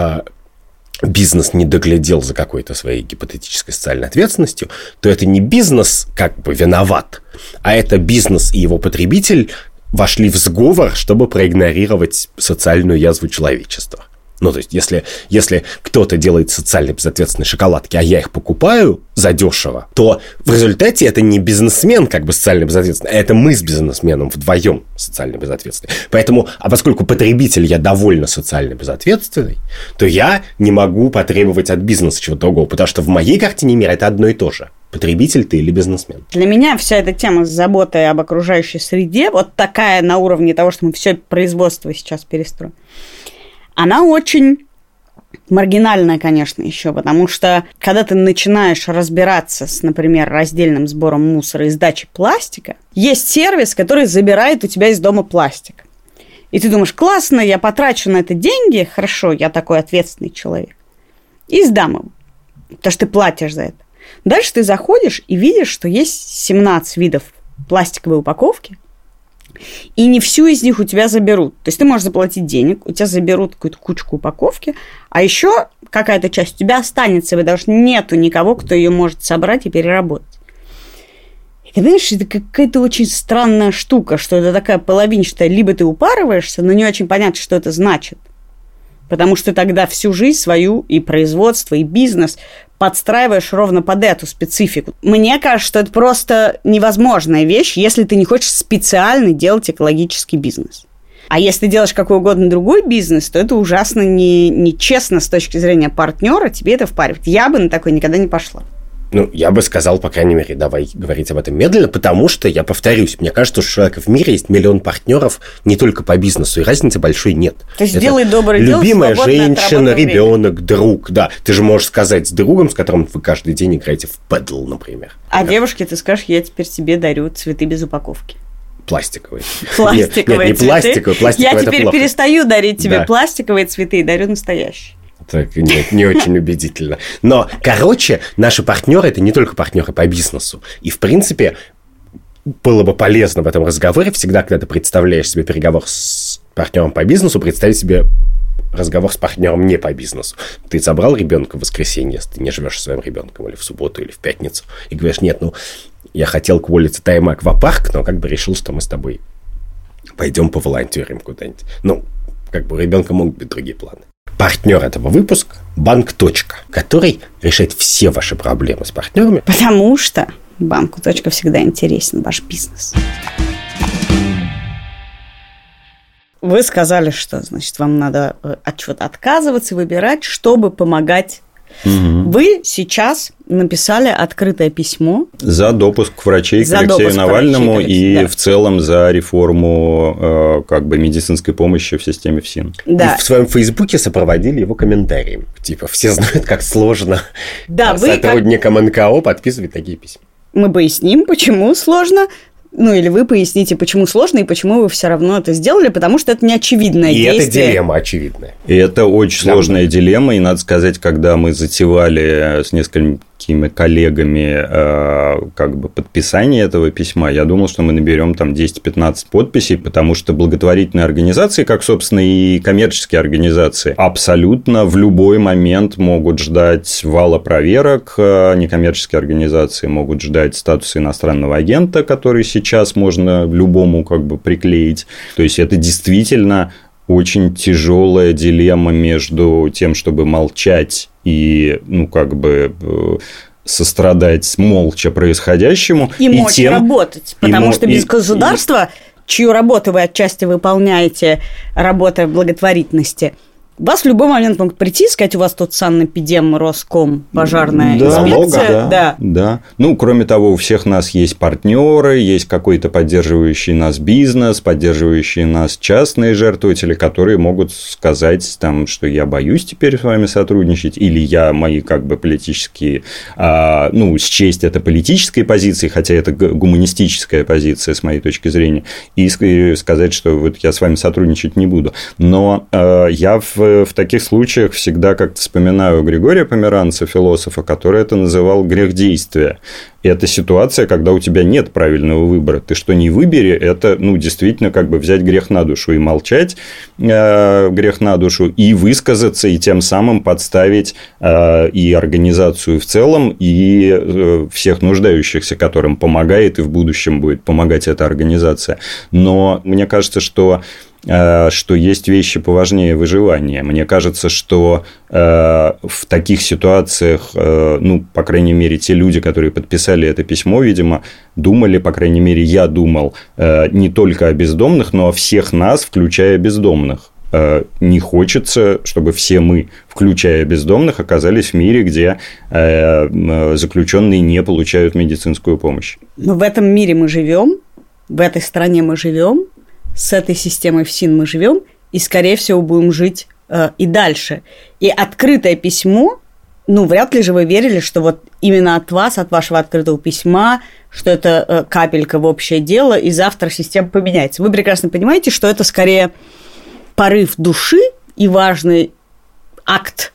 бизнес не доглядел за какой-то своей гипотетической социальной ответственностью, то это не бизнес как бы виноват, а это бизнес и его потребитель вошли в сговор, чтобы проигнорировать социальную язву человечества. Ну, то есть, если, если кто-то делает социально безответственные шоколадки, а я их покупаю задешево, то в результате это не бизнесмен как бы социально безответственный, а это мы с бизнесменом вдвоем социально безответственные. Поэтому, а поскольку потребитель я довольно социально безответственный, то я не могу потребовать от бизнеса чего-то другого, потому что в моей картине мира это одно и то же. Потребитель ты или бизнесмен? Для меня вся эта тема с заботой об окружающей среде, вот такая на уровне того, что мы все производство сейчас перестроим, она очень маргинальная, конечно, еще, потому что когда ты начинаешь разбираться с, например, раздельным сбором мусора и сдачей пластика, есть сервис, который забирает у тебя из дома пластик. И ты думаешь, классно, я потрачу на это деньги, хорошо, я такой ответственный человек, и сдам его, потому что ты платишь за это. Дальше ты заходишь и видишь, что есть семнадцать видов пластиковой упаковки, и не всю из них у тебя заберут. То есть ты можешь заплатить денег, у тебя заберут какую-то кучку упаковки, а еще какая-то часть у тебя останется, потому что нету никого, кто ее может собрать и переработать. И ты понимаешь, это какая-то очень странная штука, что это такая половинчатая. Либо ты упарываешься, но не очень понятно, что это значит. Потому что тогда всю жизнь свою и производство, и бизнес подстраиваешь ровно под эту специфику. Мне кажется, что это просто невозможная вещь, если ты не хочешь специально делать экологический бизнес. А если ты делаешь какой угодно другой бизнес, то это ужасно не, нечестно с точки зрения партнера тебе это впаривать. Я бы на такое никогда не пошла. Ну, я бы сказал, по крайней мере, давай говорить об этом медленно, потому что, я повторюсь, мне кажется, что у человека в мире есть миллион партнеров не только по бизнесу, и разницы большой нет. То есть делай доброе дело, любимая женщина, ребенок, друг, да. Ты же можешь сказать с другом, с которым вы каждый день играете в пэдл, например. А например. Девушке ты скажешь, я теперь тебе дарю цветы без упаковки. Пластиковые. Пластиковые нет, нет, не пластиковые, пластиковые. Я теперь перестаю дарить тебе да. пластиковые цветы и дарю настоящие. Так, нет, не очень убедительно. Но, короче, наши партнеры – это не только партнеры по бизнесу. И, в принципе, было бы полезно в этом разговоре всегда, когда ты представляешь себе переговор с партнером по бизнесу, представить себе разговор с партнером не по бизнесу. Ты забрал ребенка в воскресенье, если ты не живешь со своим ребенком, или в субботу, или в пятницу, и говоришь, нет, ну, я хотел к Quality Time аквапарк, но как бы решил, что мы с тобой пойдем поволонтерим куда-нибудь. Ну, как бы у ребенка могут быть другие планы. Партнер этого выпуска – Банк. Точка, который решает все ваши проблемы с партнерами. Потому что Банку. Точка всегда интересен ваш бизнес. Вы сказали, что, значит, вам надо от чего-то отказываться, выбирать, чтобы помогать Угу. Вы сейчас написали открытое письмо. За допуск врачей за к Алексею допуск Навальному врачей, и да. в целом за реформу э, как бы медицинской помощи в системе ФСИН. Да. И в своем Фейсбуке сопроводили его комментарием. Типа, все знают, как сложно да, сотрудникам как... эн ка о подписывать такие письма. Мы поясним, почему сложно. Ну, или вы поясните, почему сложно, и почему вы все равно это сделали, потому что это не очевидное и действие. И это дилемма очевидная. И это очень да. сложная дилемма, и надо сказать, когда мы затевали с несколькими коллегами э, как бы подписание этого письма, я думал, что мы наберем там десять-пятнадцать подписей, потому что благотворительные организации, как, собственно, и коммерческие организации, абсолютно в любой момент могут ждать вала проверок, некоммерческие организации могут ждать статуса иностранного агента, который сейчас Сейчас можно любому как бы приклеить. То есть, это действительно очень тяжелая дилемма между тем, чтобы молчать и, ну, как бы сострадать молча происходящему. И, и мочь тем... работать. Потому и что без и... государства, чью работу вы отчасти выполняете, работая в благотворительности, вас в любой момент могут прийти и сказать, у вас тут санэпидем, Роском, пожарная да, инспекция. Да, да. да. Ну, кроме того, у всех нас есть партнеры, есть какой-то поддерживающий нас бизнес, поддерживающие нас частные жертвователи, которые могут сказать, там, что я боюсь теперь с вами сотрудничать, или я мои как бы политические, а, ну, счесть это политической позицией, хотя это гуманистическая позиция с моей точки зрения, и сказать, что вот я с вами сотрудничать не буду. Но а, я в В таких случаях всегда как-то вспоминаю Григория Померанца, философа, который это называл грехдействие. И это ситуация, когда у тебя нет правильного выбора. Ты что ни выбери, это, ну, действительно, как бы взять грех на душу и молчать, э, грех на душу, и высказаться, и тем самым подставить э, и организацию в целом, и э, всех нуждающихся, которым помогает, и в будущем будет помогать эта организация. Но мне кажется, что что есть вещи поважнее выживания. Мне кажется, что э, в таких ситуациях, э, ну, по крайней мере, те люди, которые подписали это письмо, видимо, думали, по крайней мере, я думал, э, не только о бездомных, но о всех нас, включая бездомных. Э, не хочется, чтобы все мы, включая бездомных, оказались в мире, где э, заключенные не получают медицинскую помощь. Но в этом мире мы живем, в этой стране мы живем, с этой системой ФСИН мы живем и, скорее всего, будем жить э, и дальше. И открытое письмо, ну, вряд ли же вы верили, что вот именно от вас, от вашего открытого письма, что это э, капелька в общее дело, и завтра система поменяется. Вы прекрасно понимаете, что это скорее порыв души и важный акт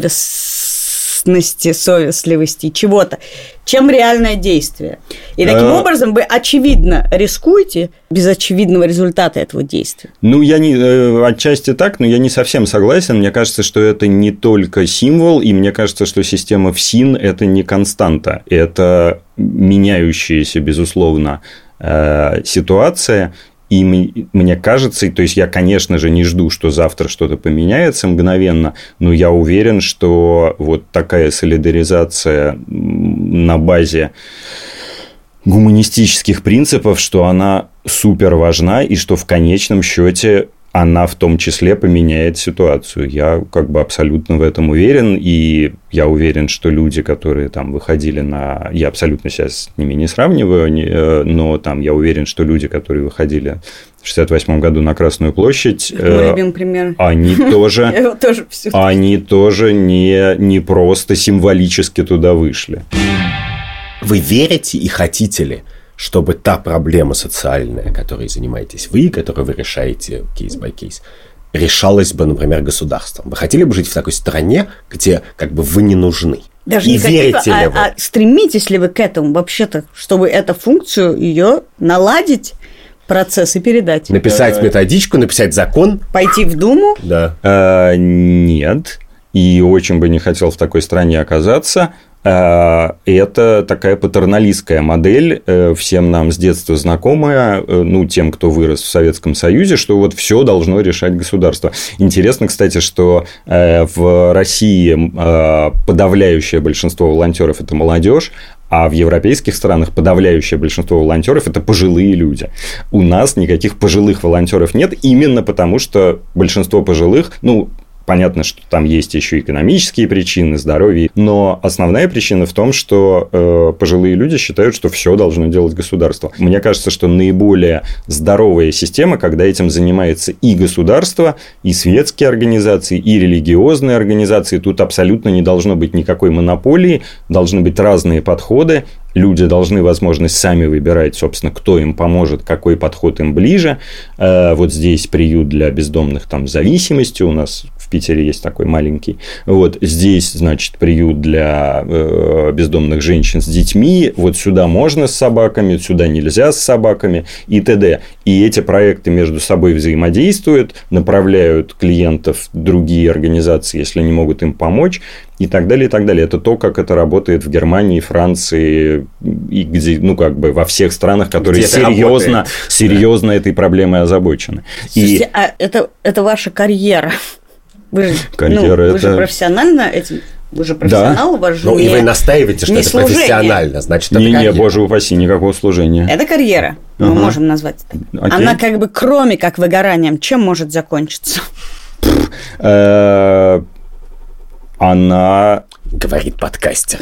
совестности, совестливости, чего-то, чем реальное действие. И таким а... образом вы, очевидно, рискуете без очевидного результата этого действия. Ну, я не... Отчасти так, но я не совсем согласен. Мне кажется, что это не только символ, и мне кажется, что система ФСИН – это не константа. Это меняющаяся, безусловно, ситуация. И мне кажется, то есть я, конечно же, не жду, что завтра что-то поменяется мгновенно, но я уверен, что вот такая солидаризация на базе гуманистических принципов, что она супер важна, и что в конечном счете она в том числе поменяет ситуацию. Я как бы абсолютно в этом уверен, и я уверен, что люди, которые там выходили на... Я абсолютно сейчас с ними не сравниваю, но там я уверен, что люди, которые выходили в шестьдесят восьмом году на Красную площадь, мой любимый пример. Они тоже, они тоже не, не просто символически туда вышли. Вы верите и хотите ли, чтобы та проблема социальная, которой занимаетесь вы, которую вы решаете кейс-бай-кейс, решалась бы, например, государством? Вы хотели бы жить в такой стране, где как бы вы не нужны? Даже не верите ли вы? А стремитесь ли вы к этому вообще-то, чтобы эту функцию ее наладить, процесс и передать? Написать методичку, написать закон? Пойти в Думу? Да. А, нет. И очень бы не хотел в такой стране оказаться. Это такая патерналистская модель, всем нам с детства знакомая, ну, тем, кто вырос в Советском Союзе, что вот все должно решать государство. Интересно, кстати, что в России подавляющее большинство волонтеров – это молодежь, а в европейских странах подавляющее большинство волонтеров – это пожилые люди. У нас никаких пожилых волонтеров нет, именно потому что большинство пожилых, ну, понятно, что там есть еще экономические причины, здоровье, но основная причина в том, что э, пожилые люди считают, что все должно делать государство. Мне кажется, что наиболее здоровая система, когда этим занимается и государство, и светские организации, и религиозные организации. Тут абсолютно не должно быть никакой монополии, должны быть разные подходы. Люди должны возможность сами выбирать, собственно, кто им поможет, какой подход им ближе. Вот здесь приют для бездомных там, с зависимостью. У нас в Питере есть такой маленький. Вот здесь, значит, приют для бездомных женщин с детьми. Вот сюда можно с собаками, сюда нельзя с собаками и т.д. И эти проекты между собой взаимодействуют, направляют клиентов в другие организации, если не могут им помочь. И так далее, и так далее. Это то, как это работает в Германии, Франции, и где, ну, как бы во всех странах, которые где серьезно, серьезно да. этой проблемой озабочены. Слушайте, и... а это, это ваша карьера? Вы же, карьера ну, это... вы же профессионально этим... Вы же профессионал, да. у вас же Ну, не... и вы настаиваете, что это служение. Профессионально, значит, это не, карьера. Не, боже упаси, никакого служения. Это карьера, ага. мы можем назвать это. Окей. Она как бы, кроме как выгоранием, чем может закончиться? Она... Говорит подкастер.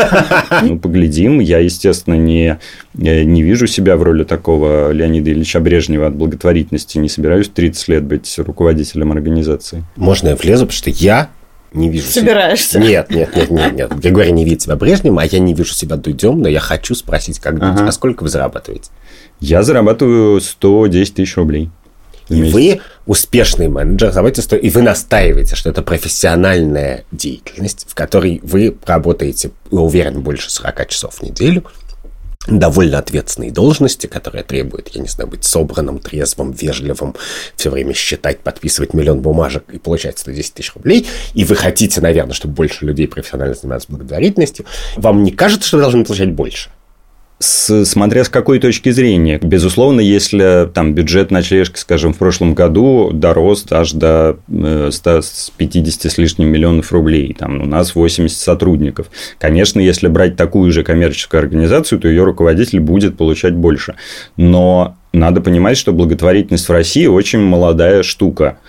Ну, поглядим. Я, естественно, не, не вижу себя в роли такого Леонида Ильича Брежнева от благотворительности. Не собираюсь тридцать лет быть руководителем организации. Можно я влезу, потому что я не вижу Собираешься? себя... Нет, нет, нет, нет, нет. Григорий не видит себя Брежневым, а я не вижу себя Дудем, но я хочу спросить, как ага. а сколько вы зарабатываете? Я зарабатываю сто десять тысяч рублей. И вы успешный менеджер, и вы настаиваете, что это профессиональная деятельность, в которой вы работаете, я уверен, больше сорок часов в неделю, довольно ответственные должности, которые требуют, я не знаю, быть собранным, трезвым, вежливым, все время считать, подписывать миллион бумажек и получать сто десять тысяч рублей, и вы хотите, наверное, чтобы больше людей профессионально занимались благотворительностью, вам не кажется, что вы должны получать больше? С, смотря с какой точки зрения. Безусловно, если там бюджет ночлежки, скажем, в прошлом году дорос аж до ста пятидесяти с лишним миллионов рублей, там у нас восемьдесят сотрудников. Конечно, если брать такую же коммерческую организацию, то ее руководитель будет получать больше. Но надо понимать, что благотворительность в России очень молодая штука.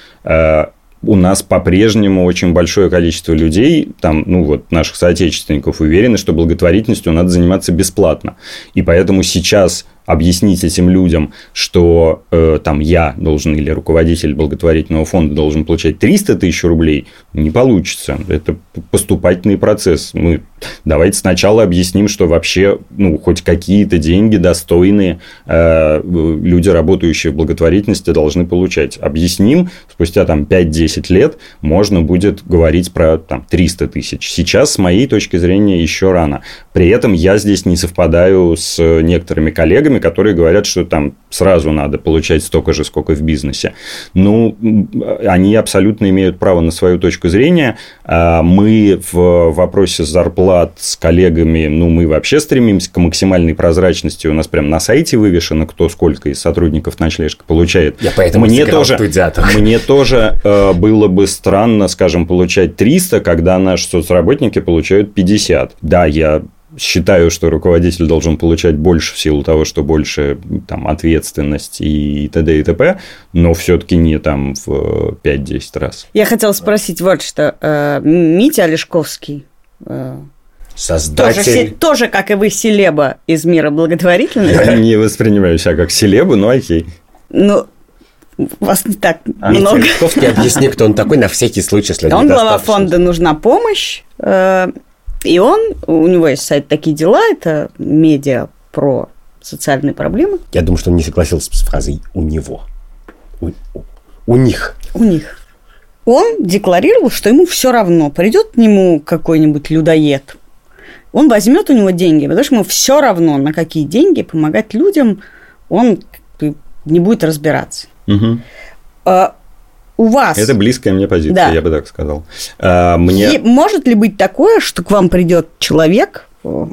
У нас по-прежнему очень большое количество людей, там, ну вот, наших соотечественников уверены, что благотворительностью надо заниматься бесплатно. И поэтому сейчас объяснить этим людям, что э, там я должен или руководитель благотворительного фонда должен получать триста тысяч рублей, не получится. Это поступательный процесс. Мы давайте сначала объясним, что вообще ну, хоть какие-то деньги достойные э, люди, работающие в благотворительности, должны получать. Объясним, спустя там пять-десять лет можно будет говорить про там, триста тысяч. Сейчас, с моей точки зрения, еще рано. При этом я здесь не совпадаю с некоторыми коллегами, которые говорят, что там сразу надо получать столько же, сколько в бизнесе. Ну, они абсолютно имеют право на свою точку зрения. Мы в вопросе зарплат с коллегами, ну, мы вообще стремимся к максимальной прозрачности. У нас прям на сайте вывешено, кто сколько из сотрудников ночлежки получает. Я поэтому мне тоже, мне тоже было бы странно, скажем, получать триста, когда наши соцработники получают пятьдесят. Да, я считаю, что руководитель должен получать больше в силу того, что больше там, ответственность и т.д. и т.п., но все-таки не там в пять-десять раз. Я хотела спросить вот что. Митя Олешковский, создатель... Тоже, тоже, как и вы, селеба из мира благотворительности. Я не воспринимаю себя как селебу, но окей. Ну, вас не так а много. Митя Олешковский, объясни, кто он такой, на всякий случай, если он глава фонда «Нужна помощь». И он, у него есть сайт «Такие дела», это медиа про социальные проблемы. Я думаю, что он не согласился с фразой «у него». У, у, у них. У них. Он декларировал, что ему все равно, придет к нему какой-нибудь людоед, он возьмет у него деньги, потому что ему все равно, на какие деньги помогать людям, он не будет разбираться. Угу. А, у вас... Это близкая мне позиция, да. Я бы так сказал. А, мне... И может ли быть такое, что к вам придет человек,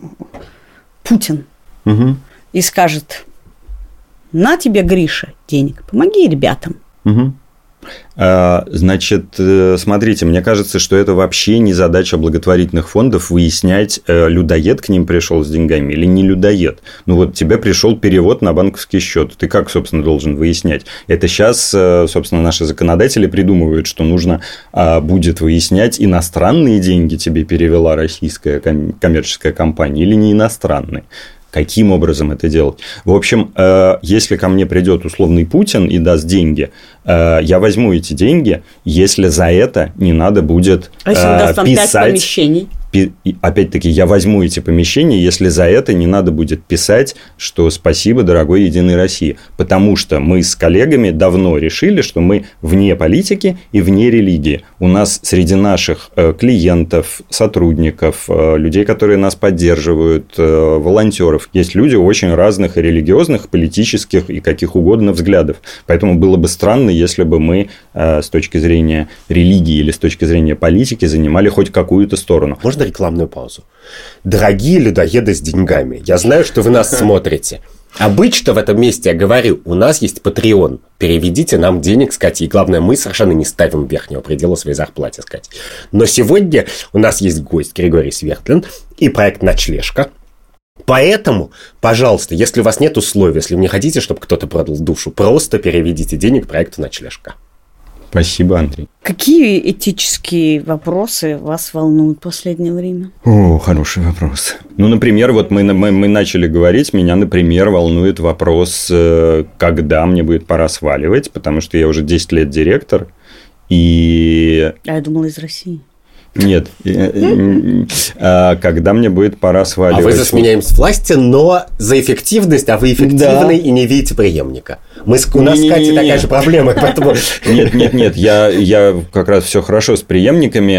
Путин, угу. и скажет: на тебе, Гриша, денег, помоги ребятам. Угу. Значит, смотрите, мне кажется, что это вообще не задача благотворительных фондов выяснять, людоед к ним пришел с деньгами или не людоед. Ну вот тебе пришел перевод на банковский счет. Ты как, собственно, должен выяснять? Это сейчас, собственно, наши законодатели придумывают, что нужно будет выяснять, иностранные деньги тебе перевела российская коммерческая компания или не иностранные. Каким образом это делать? В общем, если ко мне придет условный Путин и даст деньги, я возьму эти деньги, если за это не надо будет а если он даст вам писать... пять помещений? Опять-таки, я возьму эти помещения, если за это не надо будет писать, что спасибо, дорогой Единой России. Потому что мы с коллегами давно решили, что мы вне политики и вне религии. У нас среди наших клиентов, сотрудников, людей, которые нас поддерживают, волонтеров, есть люди очень разных и религиозных, политических и каких угодно взглядов. Поэтому было бы странно, если бы мы с точки зрения религии или с точки зрения политики занимали хоть какую-то сторону. Можно рекламную паузу? Дорогие людоеды с деньгами, я знаю, что вы нас смотрите. Обычно в этом месте я говорю, у нас есть Patreon. Переведите нам денег с Катей. И главное, мы совершенно не ставим верхнего предела своей зарплате с Катей. Но сегодня у нас есть гость Григорий Свердлин и проект «Ночлежка». Поэтому, пожалуйста, если у вас нет условий, если вы не хотите, чтобы кто-то продал душу, просто переведите денег проекту «Ночлежка». Спасибо, Андрей. Какие этические вопросы вас волнуют в последнее время? О, хороший вопрос. Ну, например, вот мы, мы, мы начали говорить, меня, например, волнует вопрос, когда мне будет пора сваливать, потому что я уже десять лет директор, и... А я думала, из России. Нет, когда мне будет пора сваливать. А вы за сменяем с власти, но за эффективность, а вы эффективный да. и не видите преемника. Мы, у нас с Катей такая же проблема, поэтому... Нет, нет, нет, я, я как раз все хорошо с преемниками.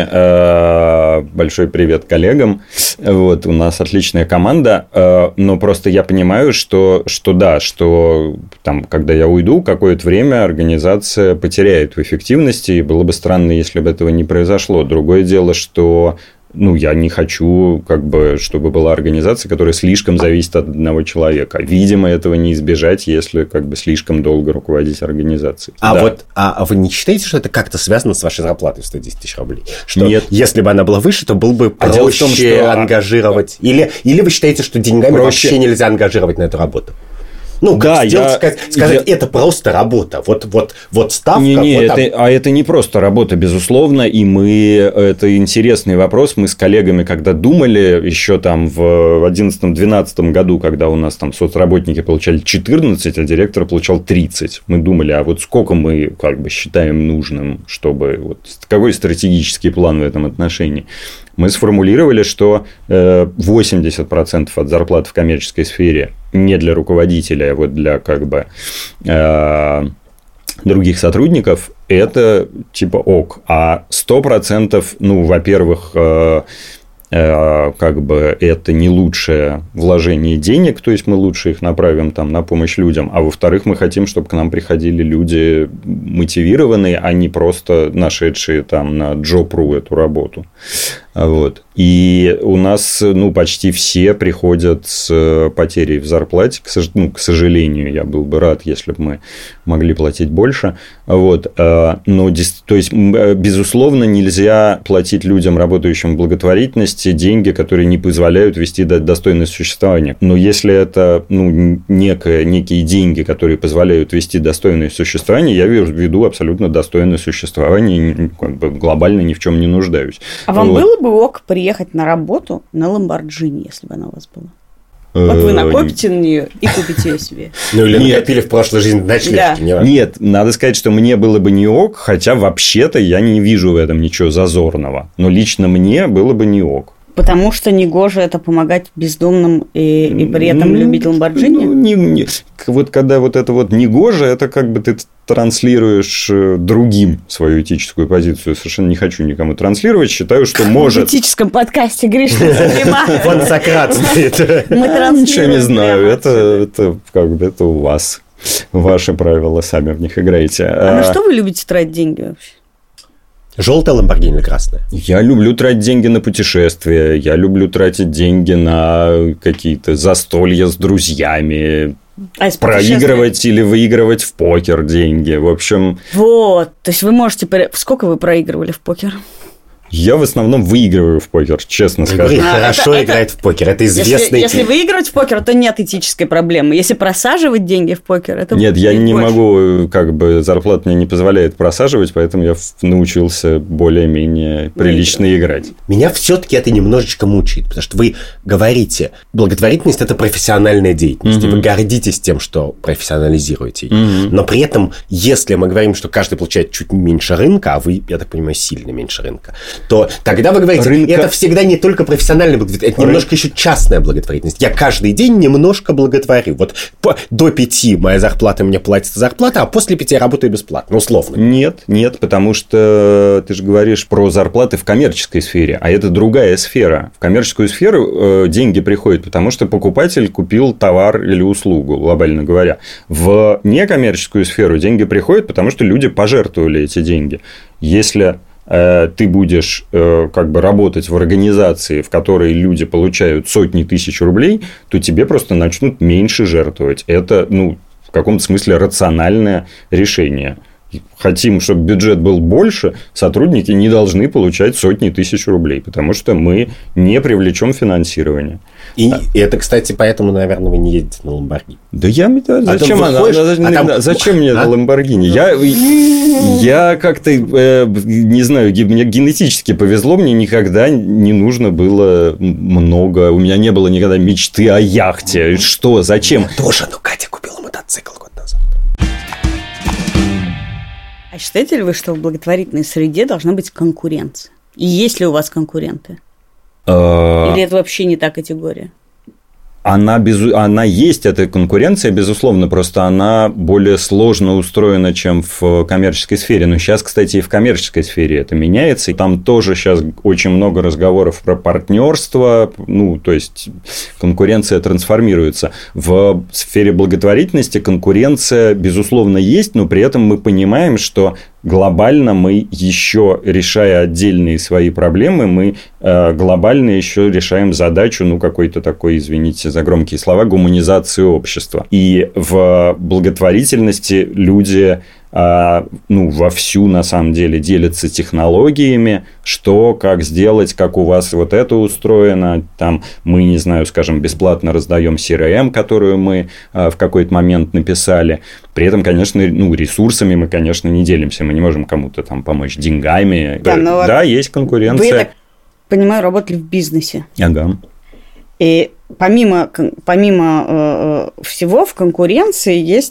Большой привет коллегам. Вот, у нас отличная команда, но просто я понимаю, что, что да, что там, когда я уйду, какое-то время организация потеряет в эффективности, и было бы странно, если бы этого не произошло. Другое дело, что ну, я не хочу, как бы, чтобы была организация, которая слишком зависит от одного человека. Видимо, этого не избежать, если как бы слишком долго руководить организацией. А да. вот а, а вы не считаете, что это как-то связано с вашей зарплатой в сто десять тысяч рублей? Что Нет. Если бы она была выше, то было бы проще а дело в том, что... ангажировать. Или, или вы считаете, что деньгами проще... вообще нельзя ангажировать на эту работу? Ну, да, как сделать, я, сказать, сказать я... это просто работа. Вот, вот, вот ставка. Не, не, вот это, а это не просто работа, безусловно. И мы, это интересный вопрос. Мы с коллегами, когда думали, еще там в одиннадцатом-двенадцатом году, когда у нас там соцработники получали четырнадцать, а директор получал тридцать. Мы думали, а вот сколько мы как бы считаем нужным, чтобы... Вот, какой стратегический план в этом отношении? Мы сформулировали, что восемьдесят процентов от зарплат в коммерческой сфере не для руководителя, а вот для как бы э, других сотрудников, это типа ок. А сто процентов, ну, во-первых, э, э, как бы это не лучшее вложение денег, то есть мы лучше их направим там на помощь людям, а во-вторых, мы хотим, чтобы к нам приходили люди мотивированные, а не просто нашедшие там на джоб.ру эту работу. Вот. И у нас, ну, почти все приходят с потерей в зарплате, к, сож... ну, к сожалению, я был бы рад, если бы мы могли платить больше. Вот. Но, то есть, безусловно, нельзя платить людям, работающим в благотворительности, деньги, которые не позволяют вести достойное существование. Но если это, ну, некое, некие деньги, которые позволяют вести достойное существование, я веду абсолютно достойное существование, как бы глобально ни в чем не нуждаюсь. А вам вот. было бы ок приехать на работу на Ламборджини, если бы она у вас была? Вот вы накопите на нее и купите ее себе. Ну, или накопили в прошлой жизни ночлежки. Нет, надо сказать, что мне было бы не ок, хотя вообще-то я не вижу в этом ничего зазорного. Но лично мне было бы не ок. Потому что негоже это помогать бездомным и, и при этом любить Ламборджини? Ну, не, не, вот когда вот это вот негоже, это как бы ты транслируешь другим свою этическую позицию. Совершенно не хочу никому транслировать. Считаю, что может... В этическом подкасте Гришна занимает. Вон Сократ стоит. Мы транслируем. Ничего не знаю. Это, это, как бы, это у вас. Ваши правила, сами в них играете. А на что вы любите тратить деньги вообще? Желтая Ламборгини или красная? Я люблю тратить деньги на путешествия. Я люблю тратить деньги на какие-то застолья с друзьями. А проигрывать или выигрывать в покер деньги. В общем... Вот. То есть вы можете... Сколько вы проигрывали в покер? Я в основном выигрываю в покер, честно скажу. А, хорошо это, играет это, в покер, это известный... Если, если выигрывать в покер, то нет этической проблемы. Если просаживать деньги в покер, это... Нет, я не больше. могу, как бы, зарплата мне не позволяет просаживать, поэтому я научился более-менее прилично ну, играть. Меня все-таки это немножечко мучает, потому что вы говорите, благотворительность – это профессиональная деятельность, mm-hmm. и вы гордитесь тем, что профессионализируете ее. Mm-hmm. Но при этом, если мы говорим, что каждый получает чуть меньше рынка, а вы, я так понимаю, сильно меньше рынка, то тогда вы говорите, рынка... это всегда не только профессиональная благотворительность, это Рын... немножко еще частная благотворительность. Я каждый день немножко благотворю. Вот по... до пяти моя зарплата мне платится зарплата, а после пяти я работаю бесплатно, условно. Нет, нет, потому что ты же говоришь про зарплаты в коммерческой сфере, а это другая сфера. В коммерческую сферу э, деньги приходят, потому что покупатель купил товар или услугу, глобально говоря. В некоммерческую сферу деньги приходят, потому что люди пожертвовали эти деньги. Если ты будешь э, как бы работать в организации, в которой люди получают сотни тысяч рублей, то тебе просто начнут меньше жертвовать. Это, ну, в каком-то смысле рациональное решение. Хотим, чтобы бюджет был больше, сотрудники не должны получать сотни тысяч рублей, потому что мы не привлечем финансирование. И да. это, кстати, поэтому, наверное, вы не едете на Lamborghini. Да я... Зачем, а она, выходишь, она, а там... зачем мне а? это Lamborghini? Я, я как-то, э, не знаю, мне генетически повезло, мне никогда не нужно было много, у меня не было никогда мечты о яхте. Что, зачем? Я тоже, но Катя купила мотоцикл год назад. А считаете ли вы, что в благотворительной среде должна быть конкуренция? И есть ли у вас конкуренты? Или это вообще не та категория? Она, без... она есть, эта конкуренция, безусловно, просто она более сложно устроена, чем в коммерческой сфере. Но сейчас, кстати, и в коммерческой сфере это меняется. И там тоже сейчас очень много разговоров про партнерство. Ну, то есть, конкуренция трансформируется. В сфере благотворительности конкуренция, безусловно, есть, но при этом мы понимаем, что глобально мы еще, решая отдельные свои проблемы, мы э, глобально еще решаем задачу, ну, какой-то такой, извините за громкие слова, гуманизации общества. И в благотворительности люди э, ну, вовсю, на самом деле, делятся технологиями, что, как сделать, как у вас вот это устроено. Там мы, не знаю, скажем, бесплатно раздаем си эр эм, которую мы э, в какой-то момент написали. При этом, конечно, ну, ресурсами мы, конечно, не делимся. Мы не можем кому-то там помочь деньгами. Да, но да вот есть конкуренция. Вы, я так понимаю, работали в бизнесе. Ага. И помимо, помимо э, всего в конкуренции есть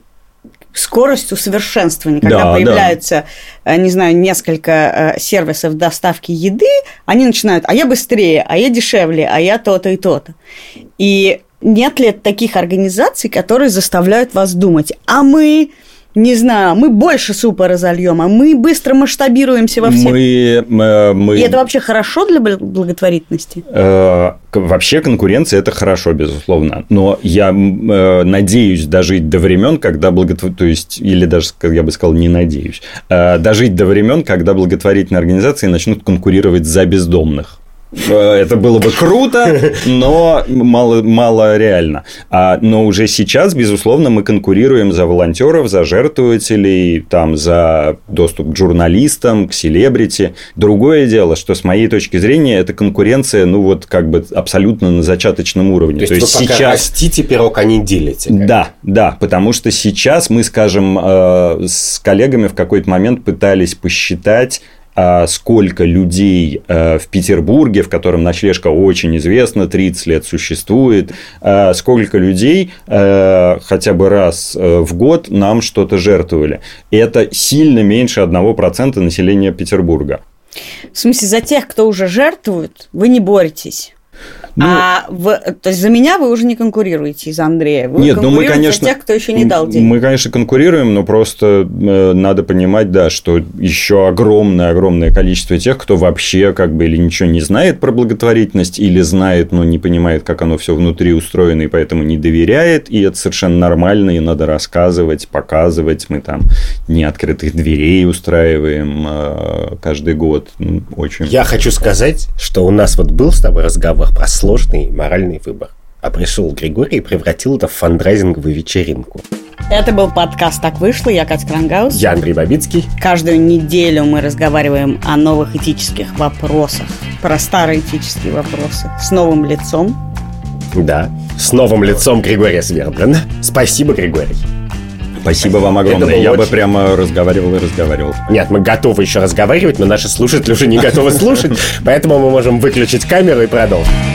скорость усовершенствования. Когда да, появляются, да. не знаю, несколько сервисов доставки еды, они начинают, а я быстрее, а я дешевле, а я то-то и то-то. И нет ли таких организаций, которые заставляют вас думать, а мы, не знаю, мы больше супа разольем, а мы быстро масштабируемся во всех... Мы, мы, мы... И это вообще хорошо для благотворительности? Вообще конкуренция – это хорошо, безусловно. Но я э, надеюсь дожить до времен, когда благотворительность, то есть, или даже, я бы сказал, не надеюсь, э, дожить до времен, когда благотворительные организации начнут конкурировать за бездомных. Это было бы круто, но мало, мало реально. А, но уже сейчас, безусловно, мы конкурируем за волонтеров, за жертвователей, там, за доступ к журналистам, к селебрити. Другое дело, что с моей точки зрения, эта конкуренция, ну вот как бы абсолютно на зачаточном уровне. То, То есть, вы пока сейчас... растите пирог, а не делите. Как? Да, да, потому что сейчас мы, скажем, с коллегами в какой-то момент пытались посчитать, сколько людей в Петербурге, в котором ночлежка очень известна, тридцать лет существует, сколько людей хотя бы раз в год нам что-то жертвовали. Это сильно меньше одного процента населения Петербурга. В смысле, за тех, кто уже жертвует, вы не боретесь? Ну, а в, то есть за меня вы уже не конкурируете, за Андрея. Вы нет, ну мы, конечно, за тех, кто еще не дал денег. Мы, конечно, конкурируем, но просто э, надо понимать, да, что еще огромное-огромное количество тех, кто вообще как бы или ничего не знает про благотворительность, или знает, но не понимает, как оно все внутри устроено, и поэтому не доверяет. И это совершенно нормально, и надо рассказывать, показывать. Мы там не открытых дверей устраиваем э, каждый год. Ну, очень. Я хочу сказать, что у нас вот был с тобой разговор про сложный моральный выбор. А пришел Григорий и превратил это в фандрайзинговую вечеринку. Это был подкаст «Так вышло». Я Катя Крангаус. Я Андрей Бабицкий. Каждую неделю мы разговариваем о новых этических вопросах. Про старые этические вопросы. С новым лицом. Да, с новым лицом Григория Свердлина. Спасибо, Григорий. Спасибо вам огромное. Я очень... бы прямо разговаривал и разговаривал. Нет, мы готовы еще разговаривать, но наши слушатели уже не готовы слушать, поэтому мы можем выключить камеру и продолжить.